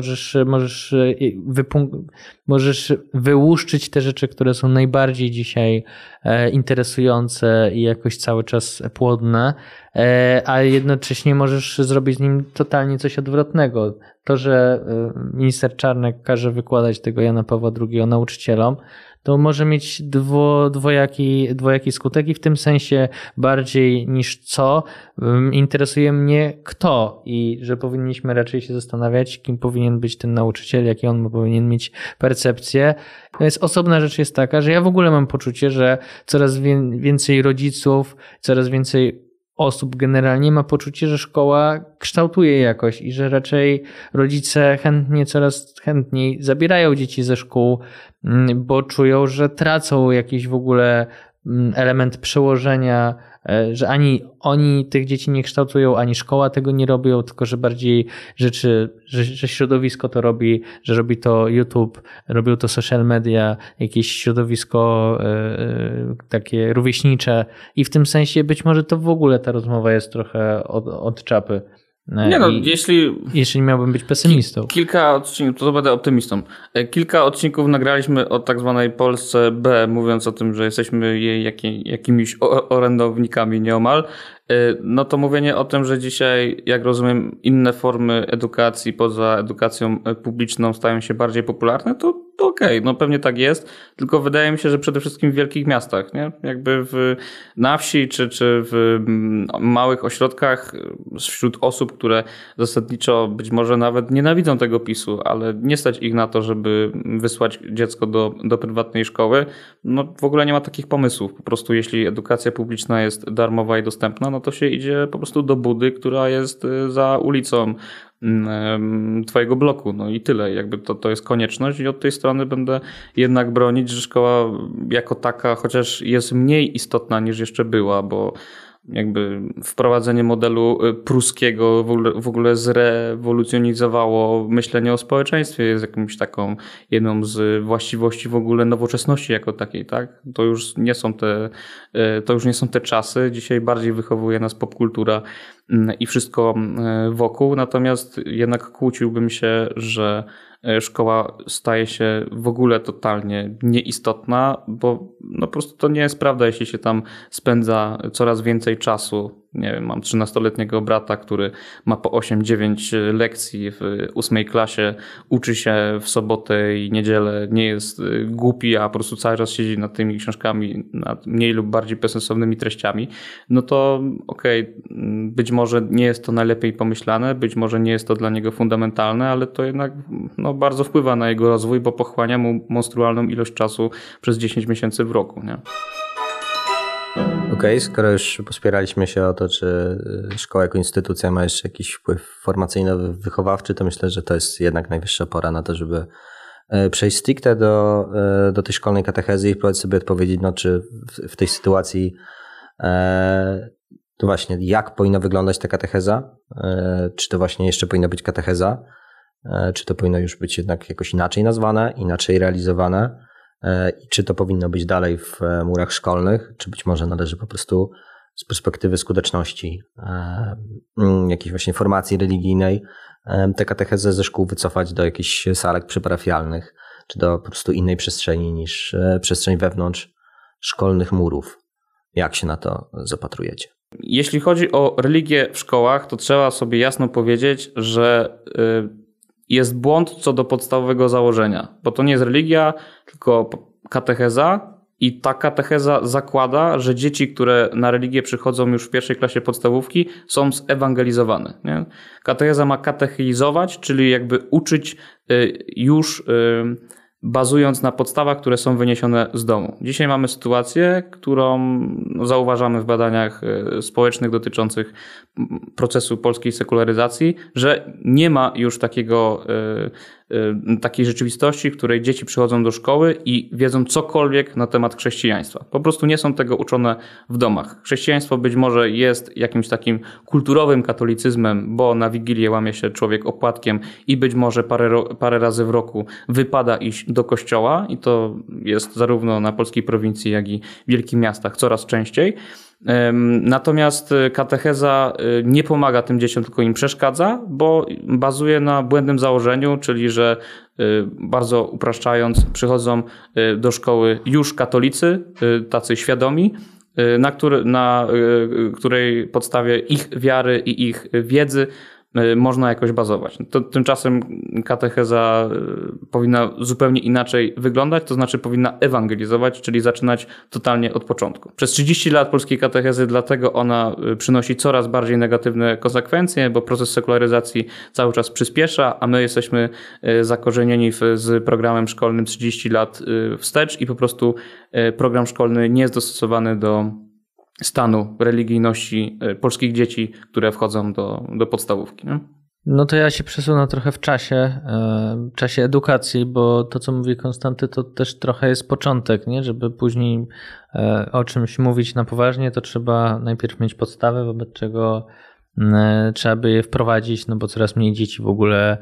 Możesz wyłuszczyć te rzeczy, które są najbardziej dzisiaj interesujące i jakoś cały czas płodne, a jednocześnie możesz zrobić z nim totalnie coś odwrotnego. To, że minister Czarnek każe wykładać tego Jana Pawła II nauczycielom, to może mieć dwojaki skutek i w tym sensie bardziej niż co interesuje mnie kto i że powinniśmy raczej się zastanawiać, kim powinien być ten nauczyciel, jaki on powinien mieć percepcję. Natomiast osobna rzecz jest taka, że ja w ogóle mam poczucie, że coraz więcej rodziców, coraz więcej osób generalnie ma poczucie, że szkoła kształtuje jakoś i że raczej rodzice coraz chętniej zabierają dzieci ze szkół, bo czują, że tracą jakiś w ogóle element przełożenia, że ani oni tych dzieci nie kształtują, ani szkoła tego nie robią, tylko że bardziej że środowisko to robi, że robi to YouTube, robią to social media, jakieś środowisko takie rówieśnicze i w tym sensie być może to w ogóle ta rozmowa jest trochę od czapy. Nie no, jeśli miałbym być pesymistą. Kilka odcinków, to będę optymistą. Kilka odcinków nagraliśmy o tak zwanej Polsce B, mówiąc o tym, że jesteśmy jej jakimiś orędownikami nieomal. No to mówienie o tym, że dzisiaj, jak rozumiem, inne formy edukacji poza edukacją publiczną stają się bardziej popularne, to okej, no pewnie tak jest, tylko wydaje mi się, że przede wszystkim w wielkich miastach, nie? Jakby na wsi czy w małych ośrodkach wśród osób, które zasadniczo być może nawet nienawidzą tego PiS-u, ale nie stać ich na to, żeby wysłać dziecko do prywatnej szkoły, no w ogóle nie ma takich pomysłów. Po prostu jeśli edukacja publiczna jest darmowa i dostępna, no to się idzie po prostu do budy, która jest za ulicą twojego bloku, no i tyle, jakby to jest konieczność i od tej strony będę jednak bronić, że szkoła jako taka chociaż jest mniej istotna niż jeszcze była, bo jakby wprowadzenie modelu pruskiego w ogóle zrewolucjonizowało myślenie o społeczeństwie, jest jakąś taką jedną z właściwości w ogóle nowoczesności jako takiej, tak? To już nie są te czasy, dzisiaj bardziej wychowuje nas popkultura i wszystko wokół, natomiast jednak kłóciłbym się, że szkoła staje się w ogóle totalnie nieistotna, bo no po prostu to nie jest prawda, jeśli się tam spędza coraz więcej czasu. Nie wiem, mam 13-letniego brata, który ma po 8-9 lekcji w 8 klasie, uczy się w sobotę i niedzielę, nie jest głupi, a po prostu cały czas siedzi nad tymi książkami, nad mniej lub bardziej bezsensownymi treściami, no to okej, być może nie jest to najlepiej pomyślane, być może nie jest to dla niego fundamentalne, ale to jednak no, bardzo wpływa na jego rozwój, bo pochłania mu monstrualną ilość czasu przez 10 miesięcy w roku, nie? Okej, skoro już pospieraliśmy się o to, czy szkoła jako instytucja ma jeszcze jakiś wpływ formacyjno-wychowawczy, to myślę, że to jest jednak najwyższa pora na to, żeby przejść stricte do tej szkolnej katechezy i próbować sobie odpowiedzieć, no, czy w tej sytuacji to właśnie jak powinna wyglądać ta katecheza, czy to właśnie jeszcze powinna być katecheza, czy to powinno już być jednak jakoś inaczej nazwane, inaczej realizowane. i czy to powinno być dalej w murach szkolnych, czy być może należy po prostu z perspektywy skuteczności jakiejś właśnie formacji religijnej tę katechezę ze szkół wycofać do jakichś salek przyparafialnych, czy do po prostu innej przestrzeni niż przestrzeń wewnątrz szkolnych murów. Jak się na to zapatrujecie? Jeśli chodzi o religię w szkołach, to trzeba sobie jasno powiedzieć, że jest błąd co do podstawowego założenia, bo to nie jest religia, tylko katecheza i ta katecheza zakłada, że dzieci, które na religię przychodzą już w pierwszej klasie podstawówki, są zewangelizowane. Nie? Katecheza ma katechizować, czyli jakby uczyć już bazując na podstawach, które są wyniesione z domu. Dzisiaj mamy sytuację, którą zauważamy w badaniach społecznych dotyczących procesu polskiej sekularyzacji, że nie ma już takiej rzeczywistości, w której dzieci przychodzą do szkoły i wiedzą cokolwiek na temat chrześcijaństwa. Po prostu nie są tego uczone w domach. Chrześcijaństwo być może jest jakimś takim kulturowym katolicyzmem, bo na Wigilię łamie się człowiek opłatkiem i być może parę razy w roku wypada iść do kościoła i to jest zarówno na polskiej prowincji, jak i w wielkich miastach coraz częściej. Natomiast katecheza nie pomaga tym dzieciom, tylko im przeszkadza, bo bazuje na błędnym założeniu, czyli że bardzo upraszczając przychodzą do szkoły już katolicy, tacy świadomi, na której podstawie ich wiary i ich wiedzy można jakoś bazować. Tymczasem katecheza powinna zupełnie inaczej wyglądać, to znaczy powinna ewangelizować, czyli zaczynać totalnie od początku. Przez 30 lat polskiej katechezy dlatego ona przynosi coraz bardziej negatywne konsekwencje, bo proces sekularyzacji cały czas przyspiesza, a my jesteśmy zakorzenieni z programem szkolnym 30 lat wstecz i po prostu program szkolny nie jest dostosowany do stanu religijności polskich dzieci, które wchodzą do podstawówki. Nie? No to ja się przesunę trochę w czasie edukacji, bo to, co mówi Konstanty, to też trochę jest początek, nie? Żeby później o czymś mówić na poważnie, to trzeba najpierw mieć podstawę, wobec czego trzeba by je wprowadzić, no bo coraz mniej dzieci w ogóle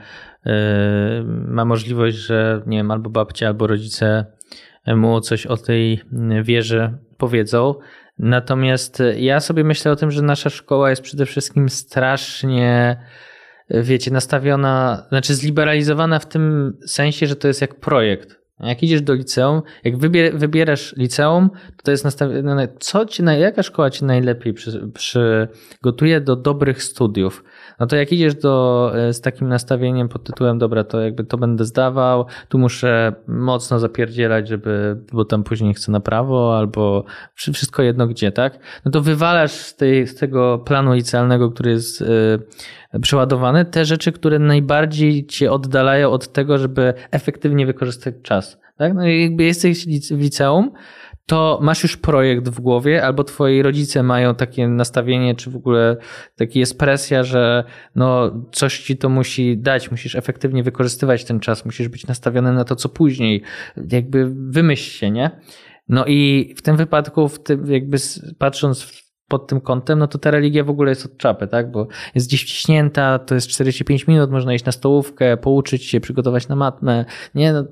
ma możliwość, że nie wiem, albo babcia, albo rodzice mu coś o tej wierze powiedzą. Natomiast ja sobie myślę o tym, że nasza szkoła jest przede wszystkim strasznie, wiecie, nastawiona, znaczy zliberalizowana w tym sensie, że to jest jak projekt. Jak idziesz do liceum, jak wybierasz liceum, to jest nastawione, jaka szkoła cię najlepiej przygotuje do dobrych studiów. No to jak idziesz z takim nastawieniem pod tytułem, dobra, to jakby to będę zdawał, tu muszę mocno zapierdzielać, bo tam później chcę na prawo, albo wszystko jedno gdzie, tak? No to wywalasz z tego planu licealnego, który jest przeładowany, te rzeczy, które najbardziej cię oddalają od tego, żeby efektywnie wykorzystać czas. Tak? No i jakby jesteś w liceum, to masz już projekt w głowie, albo twoi rodzice mają takie nastawienie, czy w ogóle taka jest presja, że no coś ci to musi dać, musisz efektywnie wykorzystywać ten czas, musisz być nastawiony na to, co później. Jakby wymyśl się, nie? No i w tym wypadku, jakby patrząc pod tym kątem, no to ta religia w ogóle jest od czapy, tak? Bo jest gdzieś wciśnięta, to jest 45 minut, można iść na stołówkę, pouczyć się, przygotować na matmę, nie? No.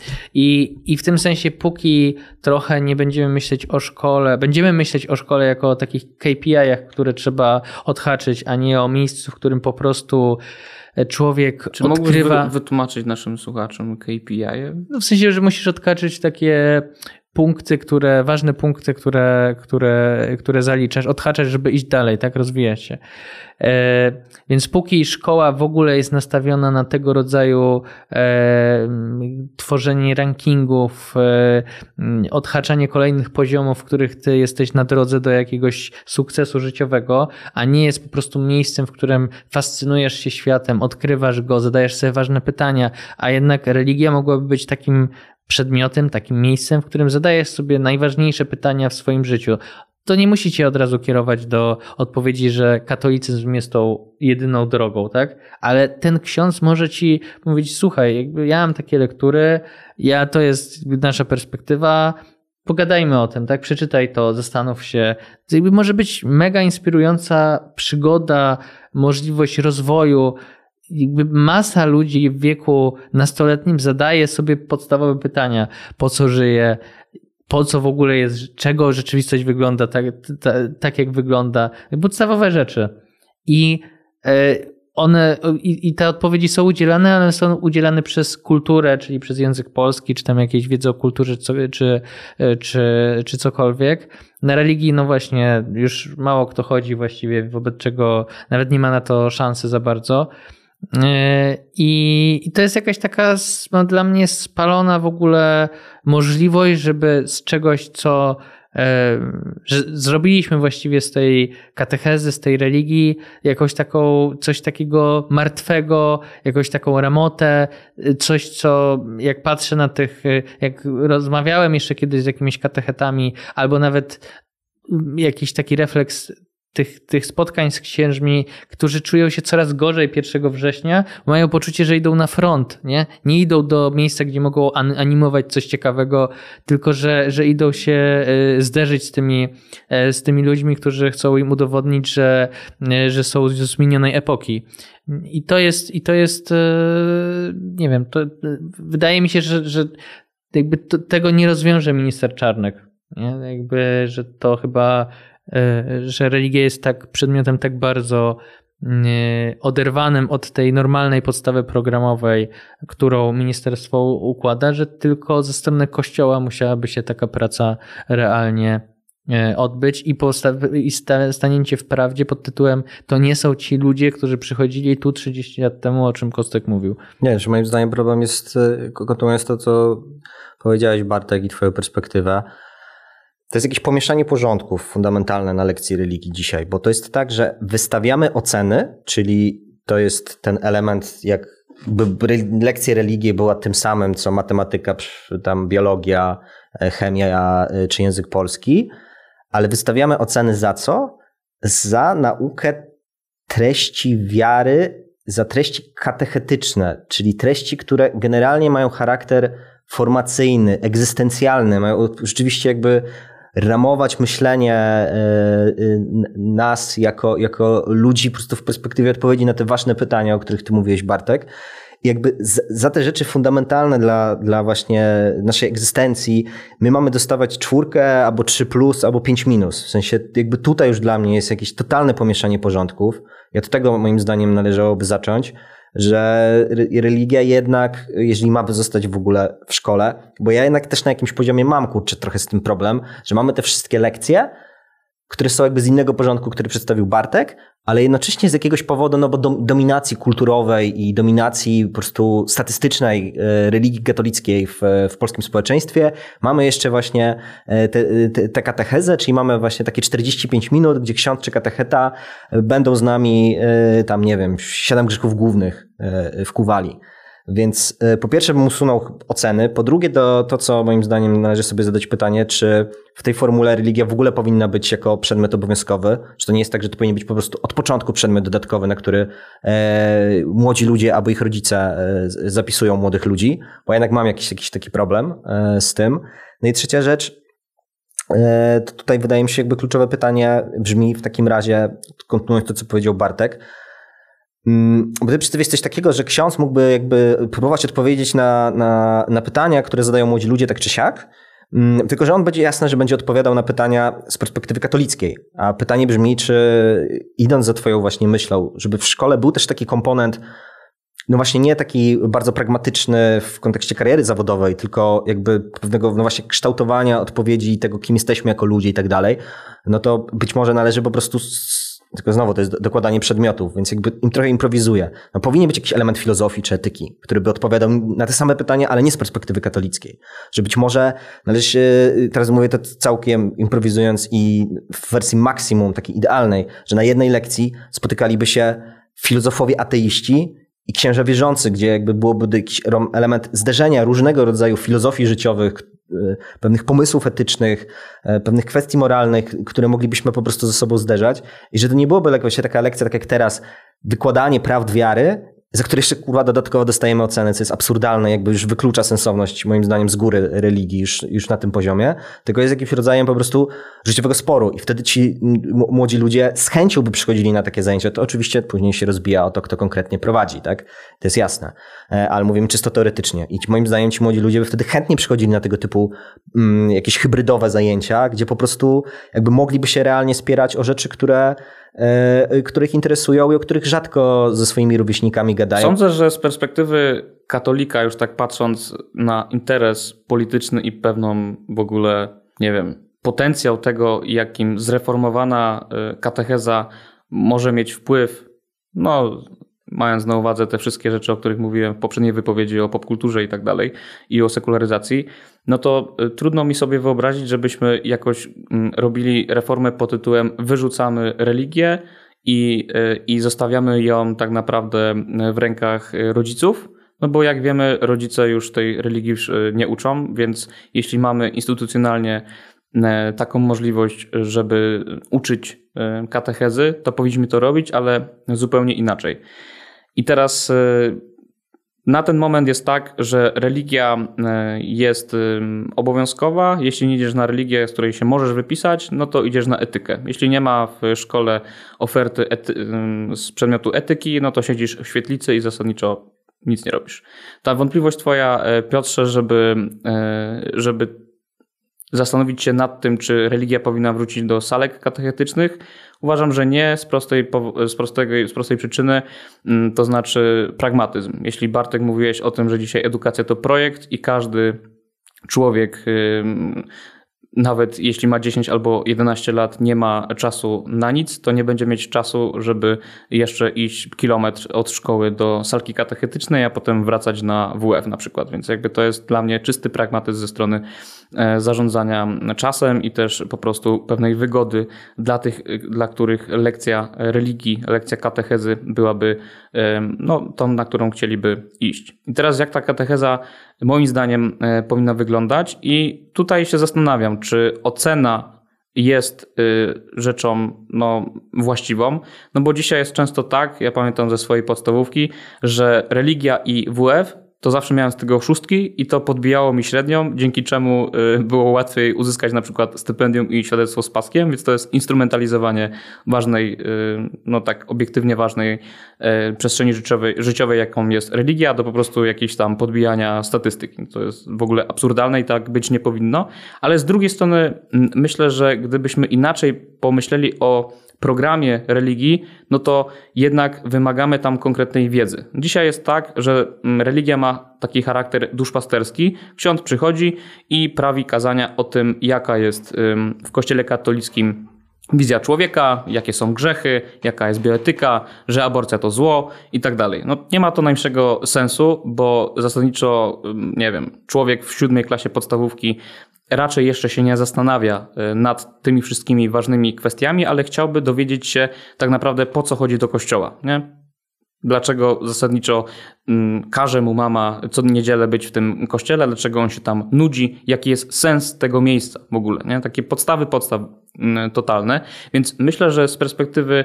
I w tym sensie, póki trochę nie będziemy myśleć o szkole jako o takich KPI-ach, które trzeba odhaczyć, a nie o miejscu, w którym po prostu człowiek Czy odkrywa... mógłbyś wytłumaczyć naszym słuchaczom KPI? No w sensie, że musisz odhaczyć takie ważne punkty, które zaliczasz, odhaczasz, żeby iść dalej, tak, rozwijać się. Więc póki szkoła w ogóle jest nastawiona na tego rodzaju tworzenie rankingów, odhaczanie kolejnych poziomów, w których ty jesteś na drodze do jakiegoś sukcesu życiowego, a nie jest po prostu miejscem, w którym fascynujesz się światem, odkrywasz go, zadajesz sobie ważne pytania, a jednak religia mogłaby być takim przedmiotem, takim miejscem, w którym zadajesz sobie najważniejsze pytania w swoim życiu. To nie musi cię od razu kierować do odpowiedzi, że katolicyzm jest tą jedyną drogą, tak? Ale ten ksiądz może ci mówić, słuchaj, jakby ja mam takie lektury, to jest nasza perspektywa, pogadajmy o tym, tak? Przeczytaj to, zastanów się. To jakby może być mega inspirująca przygoda, możliwość rozwoju jakby masa ludzi w wieku nastoletnim zadaje sobie podstawowe pytania. Po co żyje? Po co w ogóle jest? Czego rzeczywistość wygląda tak jak wygląda? Podstawowe rzeczy. I te odpowiedzi są udzielane, ale są udzielane przez kulturę, czyli przez język polski, czy tam jakieś wiedzy o kulturze, czy cokolwiek. Na religii, no właśnie, już mało kto chodzi właściwie, wobec czego nawet nie ma na to szansy za bardzo. I to jest jakaś taka dla mnie spalona w ogóle możliwość, żeby z czegoś, co że zrobiliśmy właściwie z tej katechezy, z tej religii jakąś taką, coś takiego martwego, jakąś taką ramotę, coś, co jak patrzę na tych, jak rozmawiałem jeszcze kiedyś z jakimiś katechetami, albo nawet jakiś taki refleks tych spotkań z księżmi, którzy czują się coraz gorzej 1 września, mają poczucie, że idą na front, nie idą do miejsca, gdzie mogą animować coś ciekawego, tylko że idą się zderzyć z tymi ludźmi, którzy chcą im udowodnić, że są z minionej epoki. I to jest nie wiem, wydaje mi się, że jakby tego nie rozwiąże minister Czarnek, nie? Jakby, że to chyba że religia jest tak przedmiotem tak bardzo oderwanym od tej normalnej podstawy programowej, którą ministerstwo układa, że tylko ze strony Kościoła musiałaby się taka praca realnie odbyć i stanięcie w prawdzie pod tytułem to nie są ci ludzie, którzy przychodzili tu 30 lat temu, o czym Kostek mówił. Nie, że moim zdaniem problem jest, kontynuując to, co powiedziałeś, Bartek, i twoją perspektywę. To jest jakieś pomieszanie porządków fundamentalne na lekcji religii dzisiaj, bo to jest tak, że wystawiamy oceny, czyli to jest ten element, jakby lekcja religii była tym samym, co matematyka, tam biologia, chemia czy język polski, ale wystawiamy oceny za co? Za naukę treści wiary, za treści katechetyczne, czyli treści, które generalnie mają charakter formacyjny, egzystencjalny, mają rzeczywiście jakby ramować myślenie nas jako ludzi po prostu w perspektywie odpowiedzi na te ważne pytania, o których ty mówiłeś, Bartek. I jakby za te rzeczy fundamentalne dla właśnie naszej egzystencji my mamy dostawać 4 albo 3+, albo 5-. W sensie jakby tutaj już dla mnie jest jakieś totalne pomieszanie porządków. I od tego moim zdaniem należałoby zacząć, że religia jednak, jeżeli ma zostać w ogóle w szkole, bo ja jednak też na jakimś poziomie mam, trochę z tym problem, że mamy te wszystkie lekcje, które są jakby z innego porządku, który przedstawił Bartek, ale jednocześnie z jakiegoś powodu, no bo dominacji kulturowej i dominacji po prostu statystycznej religii katolickiej w polskim społeczeństwie mamy jeszcze właśnie tę katechezę, czyli mamy właśnie takie 45 minut, gdzie ksiądz czy katecheta będą z nami tam, nie wiem, 7 grzechów głównych wkuwali. Więc po pierwsze bym usunął oceny, po drugie to, co moim zdaniem należy sobie zadać pytanie, czy w tej formule religia w ogóle powinna być jako przedmiot obowiązkowy, czy to nie jest tak, że to powinien być po prostu od początku przedmiot dodatkowy, na który młodzi ludzie albo ich rodzice zapisują młodych ludzi, bo ja jednak mam jakiś taki problem z tym. No i trzecia rzecz, to tutaj wydaje mi się jakby kluczowe pytanie brzmi w takim razie, kontynuując to, co powiedział Bartek, bo ty przedstawiłeś coś takiego, że ksiądz mógłby jakby próbować odpowiedzieć na pytania, które zadają młodzi ludzie tak czy siak, tylko że on będzie jasne, że będzie odpowiadał na pytania z perspektywy katolickiej. A pytanie brzmi, czy idąc za twoją właśnie myślą, żeby w szkole był też taki komponent, no właśnie nie taki bardzo pragmatyczny w kontekście kariery zawodowej, tylko jakby pewnego no właśnie kształtowania odpowiedzi tego, kim jesteśmy jako ludzie i tak dalej, no to być może należy po prostu tylko znowu to jest dokładanie przedmiotów, więc jakby trochę improwizuje. No, powinien być jakiś element filozofii czy etyki, który by odpowiadał na te same pytania, ale nie z perspektywy katolickiej. Że być może należy się, teraz mówię to całkiem improwizując i w wersji maksimum takiej idealnej, że na jednej lekcji spotykaliby się filozofowie ateiści i księża wierzący, gdzie jakby byłoby jakiś element zderzenia różnego rodzaju filozofii życiowych, pewnych pomysłów etycznych, pewnych kwestii moralnych, które moglibyśmy po prostu ze sobą zderzać i że to nie byłoby właśnie taka lekcja, tak jak teraz, wykładanie prawd wiary, za które jeszcze kurwa dodatkowo dostajemy ocenę, co jest absurdalne, jakby już wyklucza sensowność moim zdaniem z góry religii już na tym poziomie, tylko jest jakimś rodzajem po prostu życiowego sporu i wtedy ci młodzi ludzie z chęcią by przychodzili na takie zajęcia. To oczywiście później się rozbija o to, kto konkretnie prowadzi, tak? To jest jasne. Ale mówimy czysto teoretycznie i moim zdaniem ci młodzi ludzie by wtedy chętnie przychodzili na tego typu jakieś hybrydowe zajęcia, gdzie po prostu jakby mogliby się realnie spierać o rzeczy, których interesują i o których rzadko ze swoimi rówieśnikami gadają. Sądzę, że z perspektywy katolika, już tak patrząc na interes polityczny i pewną w ogóle, nie wiem, potencjał tego, jakim zreformowana katecheza może mieć wpływ, no mając na uwadze te wszystkie rzeczy, o których mówiłem w poprzedniej wypowiedzi, o popkulturze i tak dalej i o sekularyzacji, no to trudno mi sobie wyobrazić, żebyśmy jakoś robili reformę pod tytułem wyrzucamy religię i zostawiamy ją tak naprawdę w rękach rodziców. No bo jak wiemy, rodzice już tej religii już nie uczą, więc jeśli mamy instytucjonalnie taką możliwość, żeby uczyć katechezy, to powinniśmy to robić, ale zupełnie inaczej. I teraz na ten moment jest tak, że religia jest obowiązkowa. Jeśli nie idziesz na religię, z której się możesz wypisać, no to idziesz na etykę. Jeśli nie ma w szkole oferty z przedmiotu etyki, no to siedzisz w świetlicy i zasadniczo nic nie robisz. Ta wątpliwość twoja, Piotrze, żeby zastanowić się nad tym, czy religia powinna wrócić do salek katechetycznych, uważam, że nie, z prostej przyczyny, to znaczy pragmatyzm. Jeśli Bartek mówiłeś o tym, że dzisiaj edukacja to projekt i każdy człowiek, nawet jeśli ma 10 albo 11 lat, nie ma czasu na nic, to nie będzie mieć czasu, żeby jeszcze iść kilometr od szkoły do salki katechetycznej, a potem wracać na WF na przykład. Więc jakby to jest dla mnie czysty pragmatyzm ze strony zarządzania czasem i też po prostu pewnej wygody dla tych, dla których lekcja religii, lekcja katechezy byłaby tą, na którą chcieliby iść. I teraz jak ta katecheza moim zdaniem powinna wyglądać i tutaj się zastanawiam, czy ocena jest rzeczą właściwą, no bo dzisiaj jest często tak, ja pamiętam ze swojej podstawówki, że religia i WF to zawsze miałem z tego 6 i to podbijało mi średnią, dzięki czemu było łatwiej uzyskać na przykład stypendium i świadectwo z paskiem, więc to jest instrumentalizowanie ważnej, tak obiektywnie ważnej przestrzeni życiowej, jaką jest religia, do po prostu jakiejś tam podbijania statystyki. To jest w ogóle absurdalne i tak być nie powinno, ale z drugiej strony myślę, że gdybyśmy inaczej pomyśleli o programie religii, no to jednak wymagamy tam konkretnej wiedzy. Dzisiaj jest tak, że religia ma taki charakter duszpasterski. Ksiądz przychodzi i prawi kazania o tym, jaka jest w Kościele katolickim wizja człowieka, jakie są grzechy, jaka jest bioetyka, że aborcja to zło i tak dalej. No, nie ma to najmniejszego sensu, bo zasadniczo, nie wiem, człowiek w 7 klasie podstawówki raczej jeszcze się nie zastanawia nad tymi wszystkimi ważnymi kwestiami, ale chciałby dowiedzieć się tak naprawdę, po co chodzi do kościoła, nie? Dlaczego zasadniczo każe mu mama co niedzielę być w tym kościele, dlaczego on się tam nudzi, jaki jest sens tego miejsca w ogóle, nie? Takie podstaw totalne. Więc myślę, że z perspektywy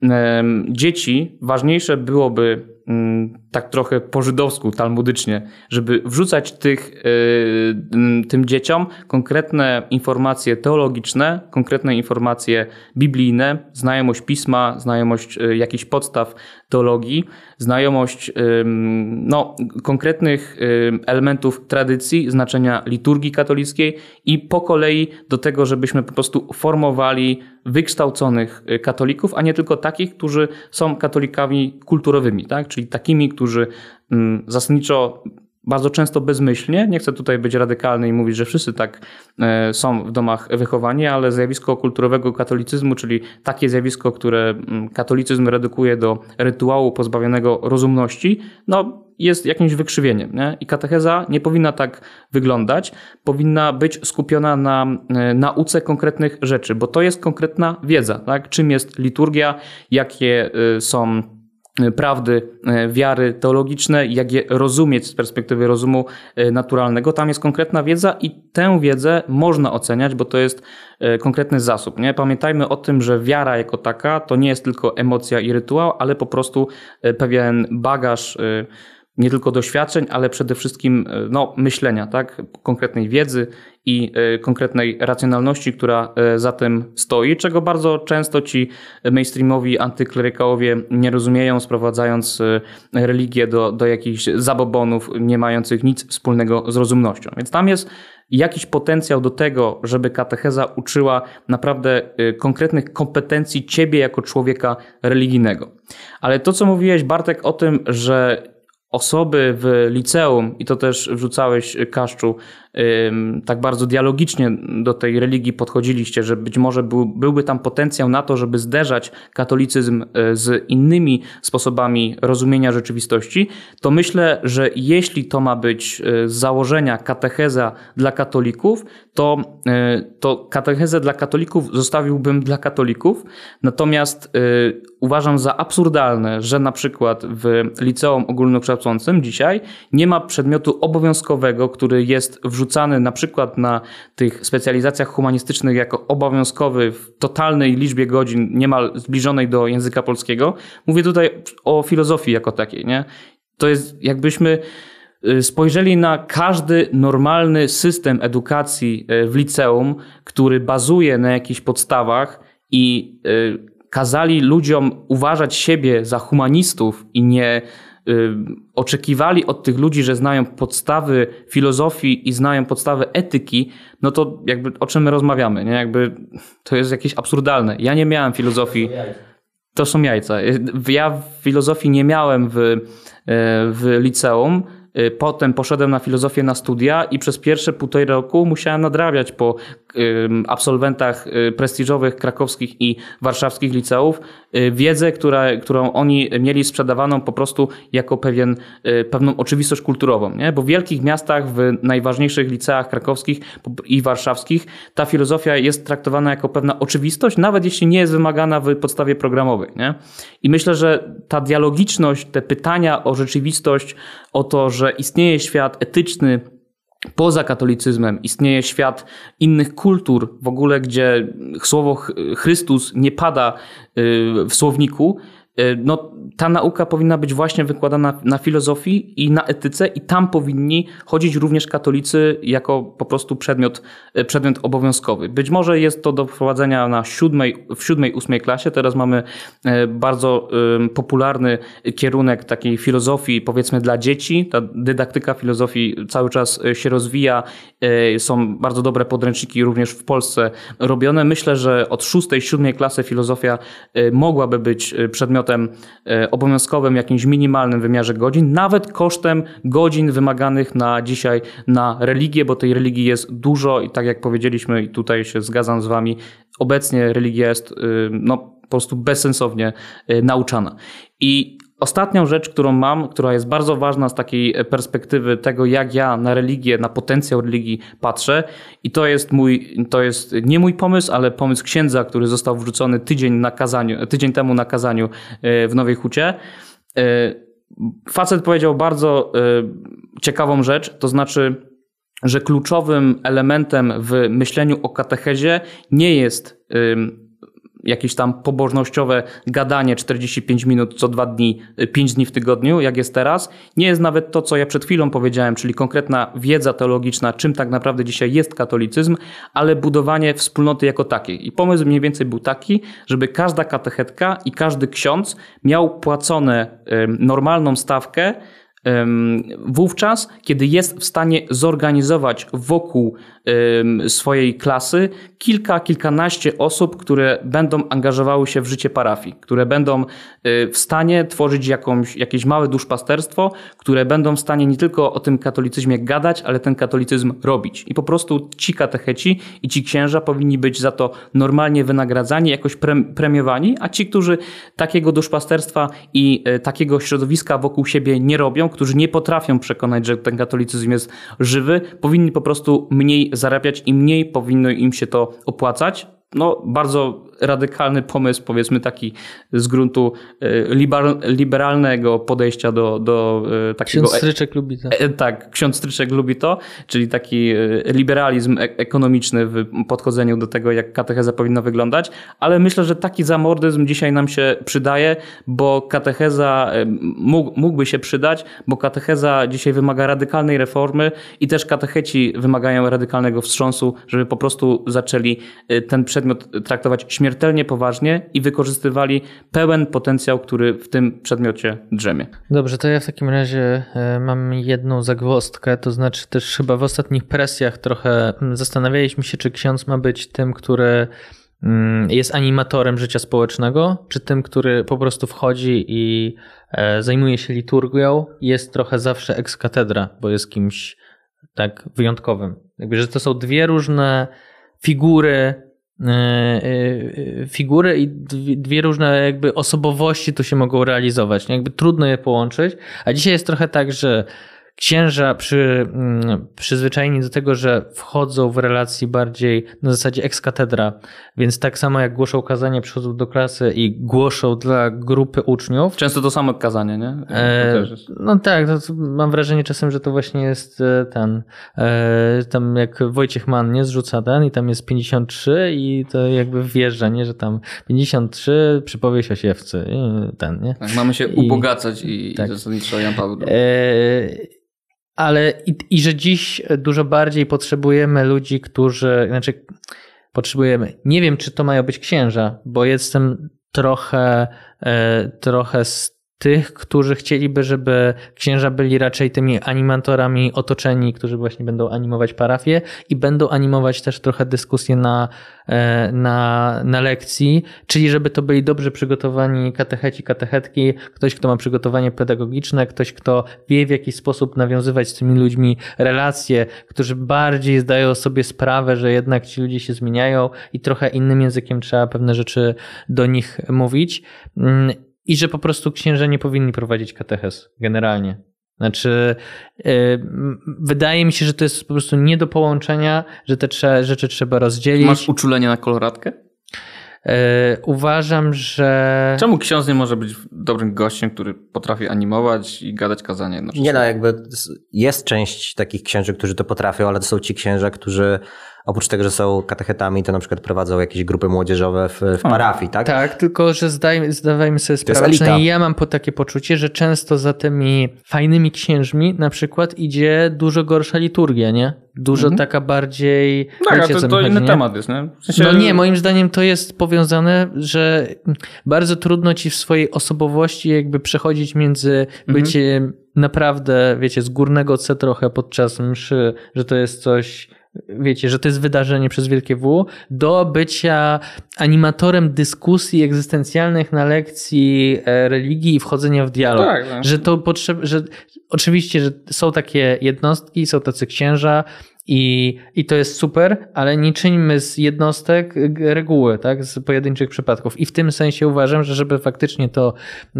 dzieci ważniejsze byłoby tak trochę po żydowsku, talmudycznie, żeby wrzucać tym dzieciom konkretne informacje teologiczne, konkretne informacje biblijne, znajomość pisma, znajomość jakichś podstaw teologii, znajomość konkretnych elementów tradycji, znaczenia liturgii katolickiej i po kolei do tego, żebyśmy po prostu formowali wykształconych katolików, a nie tylko takich, którzy są katolikami kulturowymi, tak? Czyli takimi, którzy zasadniczo bardzo często bezmyślnie, nie chcę tutaj być radykalny i mówić, że wszyscy tak są w domach wychowani, ale zjawisko kulturowego katolicyzmu, czyli takie zjawisko, które katolicyzm redukuje do rytuału pozbawionego rozumności, jest jakimś wykrzywieniem, nie? I katecheza nie powinna tak wyglądać, powinna być skupiona na nauce konkretnych rzeczy, bo to jest konkretna wiedza, tak? Czym jest liturgia, jakie są prawdy, wiary teologiczne, jak je rozumieć z perspektywy rozumu naturalnego. Tam jest konkretna wiedza i tę wiedzę można oceniać, bo to jest konkretny zasób. Nie? Pamiętajmy o tym, że wiara jako taka to nie jest tylko emocja i rytuał, ale po prostu pewien bagaż nie tylko doświadczeń, ale przede wszystkim myślenia, tak? Konkretnej wiedzy i konkretnej racjonalności, która za tym stoi, czego bardzo często ci mainstreamowi antyklerykałowie nie rozumieją, sprowadzając religię do jakichś zabobonów nie mających nic wspólnego z rozumnością. Więc tam jest jakiś potencjał do tego, żeby katecheza uczyła naprawdę konkretnych kompetencji ciebie jako człowieka religijnego. Ale to, co mówiłeś, Bartek, o tym, że osoby w liceum, i to też wrzucałeś, Kaszczu, tak bardzo dialogicznie do tej religii podchodziliście, że być może byłby tam potencjał na to, żeby zderzać katolicyzm z innymi sposobami rozumienia rzeczywistości, to myślę, że jeśli to ma być z założenia katecheza dla katolików, to katechezę dla katolików zostawiłbym dla katolików, natomiast uważam za absurdalne, że na przykład w liceum ogólnokształcącym dzisiaj nie ma przedmiotu obowiązkowego, który jest wrzucany na przykład na tych specjalizacjach humanistycznych jako obowiązkowy w totalnej liczbie godzin, niemal zbliżonej do języka polskiego. Mówię tutaj o filozofii jako takiej, nie? To jest jakbyśmy spojrzeli na każdy normalny system edukacji w liceum, który bazuje na jakichś podstawach i kazali ludziom uważać siebie za humanistów i nie oczekiwali od tych ludzi, że znają podstawy filozofii i znają podstawy etyki, no to jakby o czym my rozmawiamy, nie? Jakby to jest jakieś absurdalne. Ja nie miałem filozofii. To są jajca. Ja w filozofii nie miałem w liceum. Potem poszedłem na filozofię na studia i przez pierwsze 1,5 roku musiałem nadrabiać po absolwentach prestiżowych krakowskich i warszawskich liceów wiedzę, którą oni mieli sprzedawaną po prostu jako pewną oczywistość kulturową. Nie? Bo w wielkich miastach, w najważniejszych liceach krakowskich i warszawskich ta filozofia jest traktowana jako pewna oczywistość, nawet jeśli nie jest wymagana w podstawie programowej. Nie? I myślę, że ta dialogiczność, te pytania o rzeczywistość, o to, że istnieje świat etyczny poza katolicyzmem, istnieje świat innych kultur w ogóle, gdzie słowo Chrystus nie pada w słowniku, no ta nauka powinna być właśnie wykładana na filozofii i na etyce i tam powinni chodzić również katolicy jako po prostu przedmiot obowiązkowy. Być może jest to do wprowadzenia w 7-8 klasie. Teraz mamy bardzo popularny kierunek takiej filozofii, powiedzmy dla dzieci. Ta dydaktyka filozofii cały czas się rozwija. Są bardzo dobre podręczniki również w Polsce robione. Myślę, że od 6-7 klasy filozofia mogłaby być przedmiotem obowiązkowym w jakimś minimalnym wymiarze godzin, nawet kosztem godzin wymaganych dzisiaj na religię, bo tej religii jest dużo i tak jak powiedzieliśmy i tutaj się zgadzam z wami, obecnie religia jest po prostu bezsensownie nauczana. I ostatnią rzecz, którą mam, która jest bardzo ważna z takiej perspektywy tego, jak ja na religię, na potencjał religii patrzę i to jest nie mój pomysł, ale pomysł księdza, który został wrzucony tydzień temu na kazaniu w Nowej Hucie. Facet powiedział bardzo ciekawą rzecz, to znaczy, że kluczowym elementem w myśleniu o katechezie nie jest jakieś tam pobożnościowe gadanie 45 minut co 2 dni, 5 dni w tygodniu, jak jest teraz. Nie jest nawet to, co ja przed chwilą powiedziałem, czyli konkretna wiedza teologiczna, czym tak naprawdę dzisiaj jest katolicyzm, ale budowanie wspólnoty jako takiej. I pomysł mniej więcej był taki, żeby każda katechetka i każdy ksiądz miał płacone normalną stawkę wówczas, kiedy jest w stanie zorganizować wokół swojej klasy kilkanaście osób, które będą angażowały się w życie parafii, które będą w stanie tworzyć jakieś małe duszpasterstwo, które będą w stanie nie tylko o tym katolicyzmie gadać, ale ten katolicyzm robić. I po prostu ci katecheci i ci księża powinni być za to normalnie wynagradzani, jakoś premiowani, a ci, którzy takiego duszpasterstwa i takiego środowiska wokół siebie nie robią, którzy nie potrafią przekonać, że ten katolicyzm jest żywy, powinni po prostu mniej zarabiać i mniej powinno im się to opłacać. No, bardzo radykalny pomysł, powiedzmy taki z gruntu liberalnego podejścia do takiego... Ksiądz Stryczek lubi to. Tak, ksiądz Stryczek lubi to, czyli taki liberalizm ekonomiczny w podchodzeniu do tego, jak katecheza powinna wyglądać, ale myślę, że taki zamordyzm dzisiaj nam się przydaje, bo katecheza mógłby się przydać, bo katecheza dzisiaj wymaga radykalnej reformy i też katecheci wymagają radykalnego wstrząsu, żeby po prostu zaczęli ten przedmiot traktować śmiertelnie poważnie i wykorzystywali pełen potencjał, który w tym przedmiocie drzemie. Dobrze, to ja w takim razie mam jedną zagwozdkę, to znaczy też chyba w ostatnich presjach trochę zastanawialiśmy się, czy ksiądz ma być tym, który jest animatorem życia społecznego, czy tym, który po prostu wchodzi i zajmuje się liturgią, jest trochę zawsze ex cathedra, bo jest kimś tak wyjątkowym. Jakby, że to są dwie różne figury i dwie różne jakby osobowości tu się mogą realizować. Jakby trudno je połączyć, a dzisiaj jest trochę tak, że księża przyzwyczajeni do tego, że wchodzą w relacji bardziej na zasadzie ex cathedra, więc tak samo jak głoszą kazanie, przychodzą do klasy i głoszą dla grupy uczniów. Często to samo kazanie, nie? No tak, to mam wrażenie czasem, że to właśnie jest tam jak Wojciech Mann nie zrzuca i tam jest 53 i to jakby wjeżdża, nie, że tam 53 przypowieść o siewcy nie? Tak, mamy się ubogacać i tak. Zasadniczo Jan Paweł II. Ale i że dziś dużo bardziej potrzebujemy ludzi, nie wiem, czy to mają być księża, bo jestem trochę z tych, którzy chcieliby, żeby księża byli raczej tymi animatorami otoczeni, którzy właśnie będą animować parafię i będą animować też trochę dyskusje na lekcji, czyli żeby to byli dobrze przygotowani katecheci, katechetki, ktoś, kto ma przygotowanie pedagogiczne, ktoś, kto wie, w jaki sposób nawiązywać z tymi ludźmi relacje, którzy bardziej zdają sobie sprawę, że jednak ci ludzie się zmieniają i trochę innym językiem trzeba pewne rzeczy do nich mówić. I że po prostu księża nie powinni prowadzić katechez generalnie. Znaczy, wydaje mi się, że to jest po prostu nie do połączenia, że te rzeczy trzeba rozdzielić. Masz uczulenie na koloratkę? Uważam, że... Czemu ksiądz nie może być dobrym gościem, który potrafi animować i gadać kazanie jednocześnie? Nie no, jakby jest część takich księży, którzy to potrafią, ale to są ci księża, którzy oprócz tego, że są katechetami, to na przykład prowadzą jakieś grupy młodzieżowe w parafii, tak? Tak, tylko że zdawajmy sobie sprawę, przynajmniej ja mam takie poczucie, że często za tymi fajnymi księżmi na przykład idzie dużo gorsza liturgia, nie? Dużo taka bardziej... Tak, wiecie, to inny temat jest, nie? W sensie... No nie, moim zdaniem to jest powiązane, że bardzo trudno ci w swojej osobowości jakby przechodzić między byciem naprawdę, wiecie, z górnego C trochę podczas mszy, że to jest coś... Wiecie, że to jest wydarzenie przez wielkie W, do bycia animatorem dyskusji egzystencjalnych na lekcji religii i wchodzenia w dialog. Tak, tak. Że to że oczywiście, że są takie jednostki, są tacy księża i to jest super, ale nie czyńmy z jednostek reguły, tak, z pojedynczych przypadków. I w tym sensie uważam, że żeby faktycznie to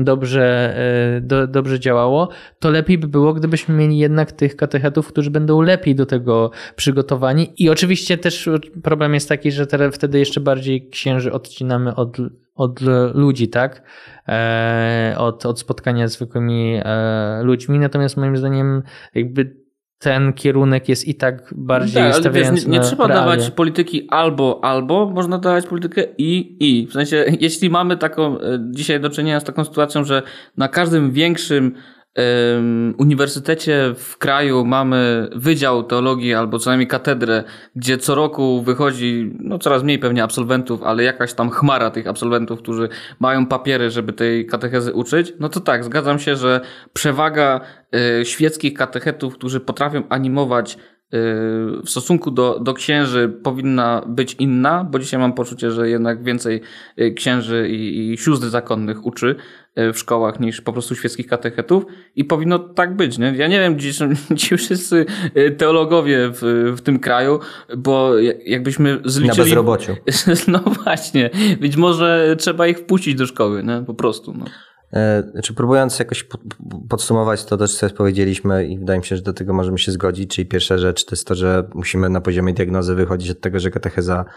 dobrze działało, to lepiej by było, gdybyśmy mieli jednak tych katechetów, którzy będą lepiej do tego przygotowani. I oczywiście też problem jest taki, że wtedy jeszcze bardziej księży odcinamy od ludzi, tak? Od spotkania z zwykłymi ludźmi. Natomiast moim zdaniem jakby ten kierunek jest i tak bardziej stawiający nie trzeba realia. dawać polityki albo, można dawać politykę i. W sensie, jeśli mamy dzisiaj do czynienia z taką sytuacją, że na każdym większym uniwersytecie w kraju mamy wydział teologii albo co najmniej katedrę, gdzie co roku wychodzi coraz mniej pewnie absolwentów, ale jakaś tam chmara tych absolwentów, którzy mają papiery, żeby tej katechezy uczyć, no to tak, zgadzam się, że przewaga świeckich katechetów, którzy potrafią animować w stosunku do księży powinna być inna, bo dzisiaj mam poczucie, że jednak więcej księży i sióstr zakonnych uczy w szkołach niż po prostu świeckich katechetów i powinno tak być, nie? Ja nie wiem, gdzie są ci wszyscy teologowie w tym kraju, bo jakbyśmy zliczyli... Na bezrobociu. No właśnie, być może trzeba ich wpuścić do szkoły, nie? Po prostu, no. Próbując jakoś podsumować to, co powiedzieliśmy i wydaje mi się, że do tego możemy się zgodzić, czyli pierwsza rzecz to jest to, że musimy na poziomie diagnozy wychodzić od tego, że katecheza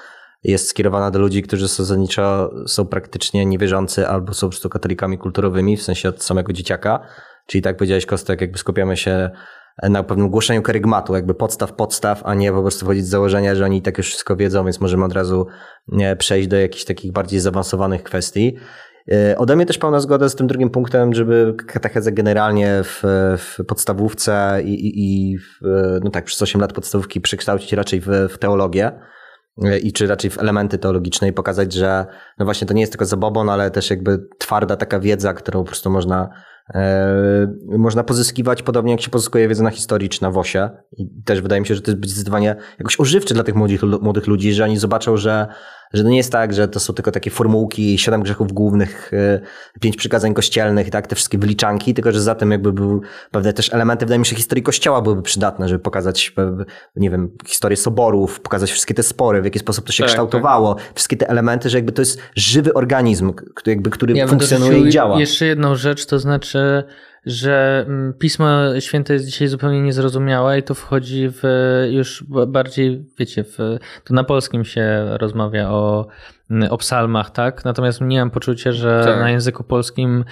jest skierowana do ludzi, którzy zasadniczo są praktycznie niewierzący albo są po prostu katolikami kulturowymi, w sensie od samego dzieciaka. Czyli tak powiedziałeś, Kostek, jakby skupiamy się na pewnym głoszeniu kerygmatu, jakby podstaw, a nie po prostu wchodzić z założenia, że oni i tak już wszystko wiedzą, więc możemy od razu przejść do jakichś takich bardziej zaawansowanych kwestii. Ode mnie też pełna zgoda z tym drugim punktem, żeby katechezę generalnie w podstawówce i no tak, przez 8 lat podstawówki przekształcić raczej w teologię czy raczej w elementy teologiczne i pokazać, że no właśnie to nie jest tylko zabobon, ale też jakby twarda taka wiedza, którą po prostu można pozyskiwać, podobnie jak się pozyskuje wiedzę na historii czy na WOS-ie. I też wydaje mi się, że to jest zdecydowanie jakoś ożywcze dla tych młodych ludzi, że oni zobaczą, że to nie jest tak, że to są tylko takie formułki, 7 grzechów głównych, 5 przykazań kościelnych, tak, te wszystkie wyliczanki, tylko że za tym jakby były pewne też elementy, wydaje mi się, że historii Kościoła byłyby przydatne, żeby pokazać, nie wiem, historię soborów, pokazać wszystkie te spory, w jaki sposób to się kształtowało, wszystkie te elementy, że jakby to jest żywy organizm, który funkcjonuje i działa. Jeszcze jedną rzecz, to znaczy, że Pismo Święte jest dzisiaj zupełnie niezrozumiałe i to wchodzi w już bardziej, wiecie, to na polskim się rozmawia o psalmach, tak? Natomiast nie mam poczucia, że na języku polskim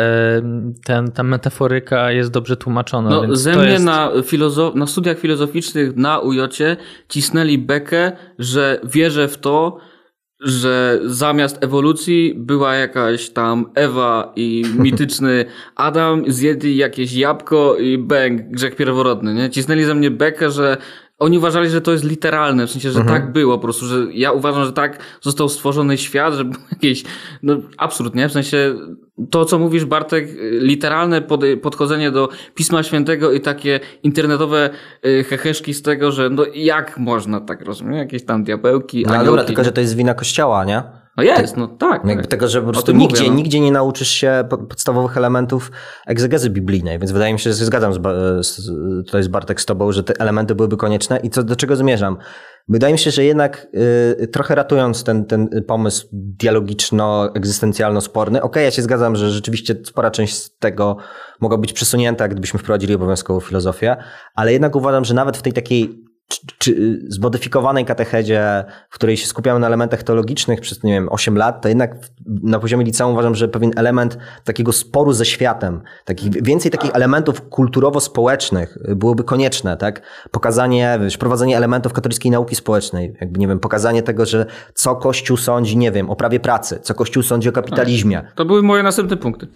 ta metaforyka jest dobrze tłumaczona. No, więc ze to mnie jest... na studiach filozoficznych na UJ-cie cisnęli bekę, że wierzę w to, że zamiast ewolucji była jakaś tam Ewa i mityczny Adam, zjedli jakieś jabłko i bang, grzech pierworodny, nie? Cisnęli ze mnie bekę, że oni uważali, że to jest literalne, w sensie, że tak było po prostu, że ja uważam, że tak został stworzony świat, że był jakiś, no absurd, nie? W sensie to, co mówisz, Bartek, literalne podchodzenie do Pisma Świętego i takie internetowe heheszki z tego, że no jak można tak rozumieć, jakieś tam diabełki, no dobra, tylko że to jest wina Kościoła, nie? No jest, no tak. Jakby tego, że po prostu mówię, nigdzie nie nauczysz się podstawowych elementów egzegezy biblijnej, więc wydaje mi się, że się zgadzam tutaj z Bartek z tobą, że te elementy byłyby konieczne i do czego zmierzam? Wydaje mi się, że jednak trochę ratując ten pomysł dialogiczno-egzystencjalno-sporny, ja się zgadzam, że rzeczywiście spora część z tego mogła być przesunięta, gdybyśmy wprowadzili obowiązkową filozofię, ale jednak uważam, że nawet w tej takiej czy zmodyfikowanej katechezie, w której się skupiamy na elementach teologicznych przez, nie wiem, 8 lat, to jednak na poziomie liceum uważam, że pewien element takiego sporu ze światem, więcej takich elementów kulturowo-społecznych byłoby konieczne, tak? Wprowadzenie elementów katolickiej nauki społecznej, jakby, nie wiem, pokazanie tego, że co Kościół sądzi, nie wiem, o prawie pracy, co Kościół sądzi o kapitalizmie. To były moje następne punkty.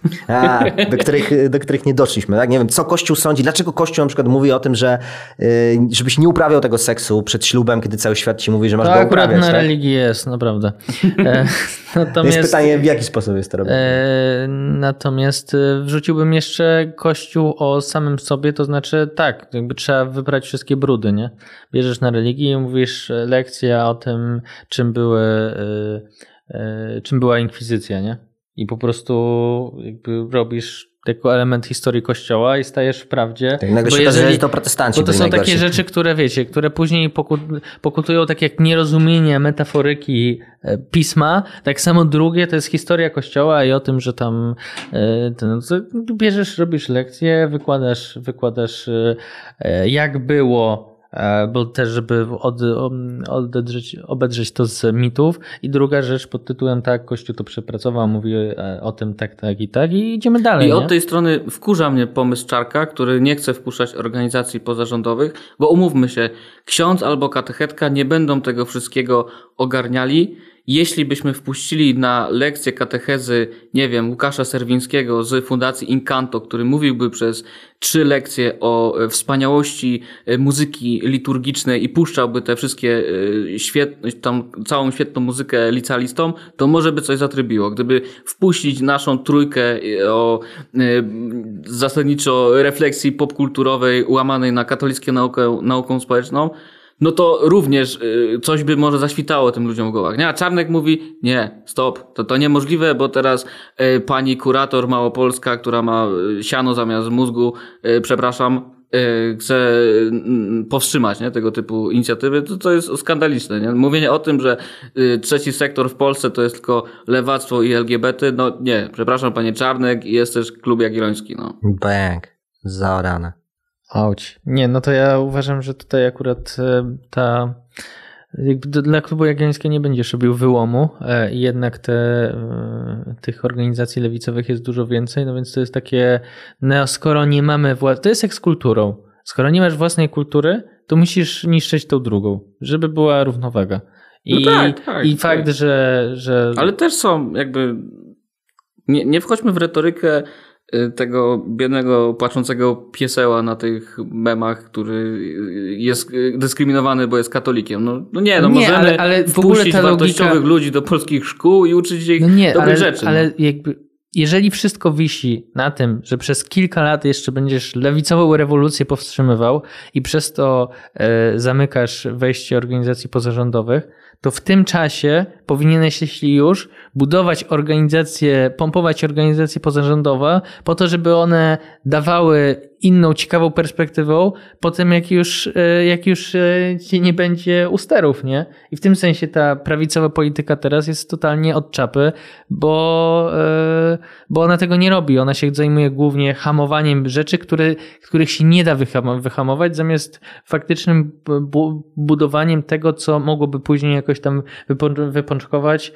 Do których nie doszliśmy, tak? Nie wiem, co Kościół sądzi, dlaczego Kościół na przykład mówi o tym, że żebyś nie uprawiał tego seksu przed ślubem, kiedy cały świat ci mówi, że masz go uprawiać. To akurat na tak? religii jest, naprawdę. Natomiast, jest pytanie, w jaki sposób jest to robione. Natomiast wrzuciłbym jeszcze Kościół o samym sobie, to znaczy tak, jakby trzeba wybrać wszystkie brudy, nie? Bierzesz na religii i mówisz lekcja o tym, czym była inkwizycja, nie? I po prostu jakby robisz jako element historii Kościoła i stajesz w prawdzie. Tak, nagle się okazuje, że to protestanci. Bo to są takie rzeczy, które wiecie, które później pokutują tak jak nierozumienie metaforyki pisma. Tak samo drugie to jest historia Kościoła i o tym, że tam bierzesz, robisz lekcje, wykładasz jak było, bo też żeby obedrzeć to z mitów. I druga rzecz pod tytułem tak, Kościół to przepracował, mówi o tym tak i idziemy dalej. I nie? od tej strony wkurza mnie pomysł Czarka, który nie chce wpuszczać organizacji pozarządowych, bo umówmy się, ksiądz albo katechetka nie będą tego wszystkiego ogarniali. Jeśli byśmy wpuścili na lekcję katechezy, nie wiem, Łukasza Serwińskiego z Fundacji Incanto, który mówiłby przez 3 lekcje o wspaniałości muzyki liturgicznej i puszczałby te wszystkie całą świetną muzykę licealistom, to może by coś zatrybiło. Gdyby wpuścić naszą trójkę o zasadniczo refleksji popkulturowej łamanej na katolicką nauką społeczną, no to również coś by może zaświtało tym ludziom w głowach. Nie? A Czarnek mówi, nie, stop, to niemożliwe, bo teraz pani kurator małopolska, która ma siano zamiast mózgu, chce powstrzymać, nie, tego typu inicjatywy, to jest skandaliczne. Nie? Mówienie o tym, że trzeci sektor w Polsce to jest tylko lewactwo i LGBT, no nie, przepraszam panie Czarnek, jest też Klub Jagielloński. No. Bang, zaorane. Auć. Nie, no to ja uważam, że tutaj akurat ta Dla Klubu Jagiellońskiego nie będziesz robił wyłomu i jednak tych organizacji lewicowych jest dużo więcej, no więc to jest takie, no skoro nie mamy to jest jak z kulturą. Skoro nie masz własnej kultury, to musisz niszczyć tą drugą, żeby była równowaga. I fakt, że... Ale też są jakby... Nie wchodźmy w retorykę tego biednego, płaczącego pieseła na tych memach, który jest dyskryminowany, bo jest katolikiem. Możemy ale w wpuścić ogóle wartościowych ludzi do polskich szkół i uczyć ich dobrych rzeczy. Ale jakby jeżeli wszystko wisi na tym, że przez kilka lat jeszcze będziesz lewicową rewolucję powstrzymywał i przez to zamykasz wejście organizacji pozarządowych, to w tym czasie powinieneś, jeśli już, pompować organizacje pozarządowe po to, żeby one dawały inną, ciekawą perspektywą potem jak już ci nie będzie usterów, nie? I w tym sensie ta prawicowa polityka teraz jest totalnie od czapy, bo ona tego nie robi. Ona się zajmuje głównie hamowaniem rzeczy, których się nie da wyhamować, zamiast faktycznym budowaniem tego, co mogłoby później jakoś tam wypączkować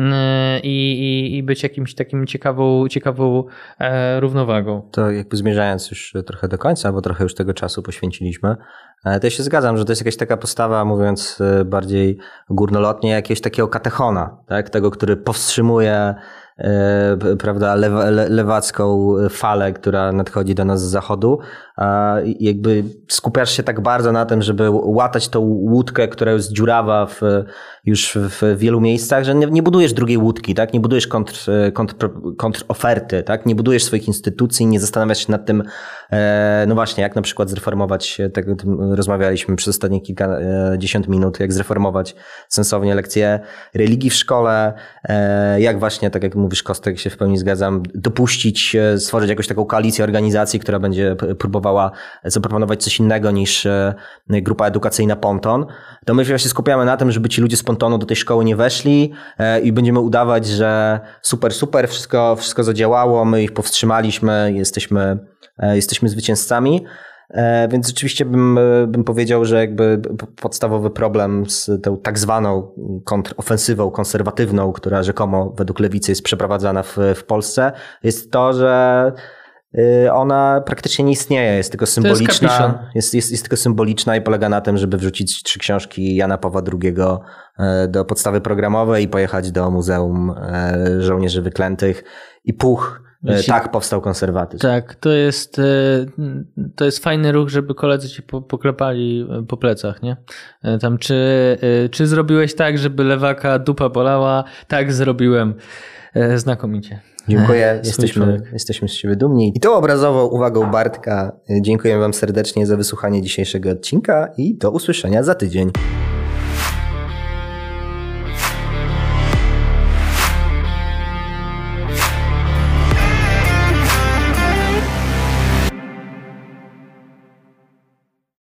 i być jakimś takim ciekawą równowagą. To jakby zmierzając już trochę do końca, bo trochę już tego czasu poświęciliśmy, to ja się zgadzam, że to jest jakaś taka postawa, mówiąc bardziej górnolotnie, jakiegoś takiego katechona, tak? Tego, który powstrzymuje prawda, lewacką falę, która nadchodzi do nas z zachodu. Jakby skupiasz się tak bardzo na tym, żeby łatać tą łódkę, która jest dziurawa już w wielu miejscach, że nie budujesz drugiej łódki, tak? Nie budujesz kontroferty, tak? Nie budujesz swoich instytucji, nie zastanawiasz się nad tym, no właśnie, jak na przykład zreformować, tego rozmawialiśmy przez ostatnie kilkadziesiąt minut, jak zreformować sensownie lekcje religii w szkole, jak właśnie, tak jak mówisz, Kostek, się w pełni zgadzam, stworzyć jakąś taką koalicję organizacji, która będzie próbowała zaproponować coś innego niż grupa edukacyjna Ponton, to my się skupiamy na tym, żeby ci ludzie z Pontonu do tej szkoły nie weszli i będziemy udawać, że super, wszystko zadziałało, my ich powstrzymaliśmy, jesteśmy zwycięzcami. Więc rzeczywiście bym powiedział, że jakby podstawowy problem z tą tak zwaną kontrofensywą konserwatywną, która rzekomo według lewicy jest przeprowadzana w Polsce, jest to, że ona praktycznie nie istnieje, jest tylko symboliczna. Jest tylko symboliczna i polega na tym, żeby wrzucić 3 książki Jana Pawła II do podstawy programowej i pojechać do Muzeum Żołnierzy Wyklętych i tak powstał konserwatyzm. Tak, to jest fajny ruch, żeby koledzy cię poklepali po plecach, nie? Tam czy zrobiłeś tak, żeby lewaka dupa bolała? Tak, zrobiłem. Znakomicie. Dziękuję, jesteśmy z siebie dumni. I tą obrazową uwagą Bartka dziękuję wam serdecznie za wysłuchanie dzisiejszego odcinka i do usłyszenia za tydzień.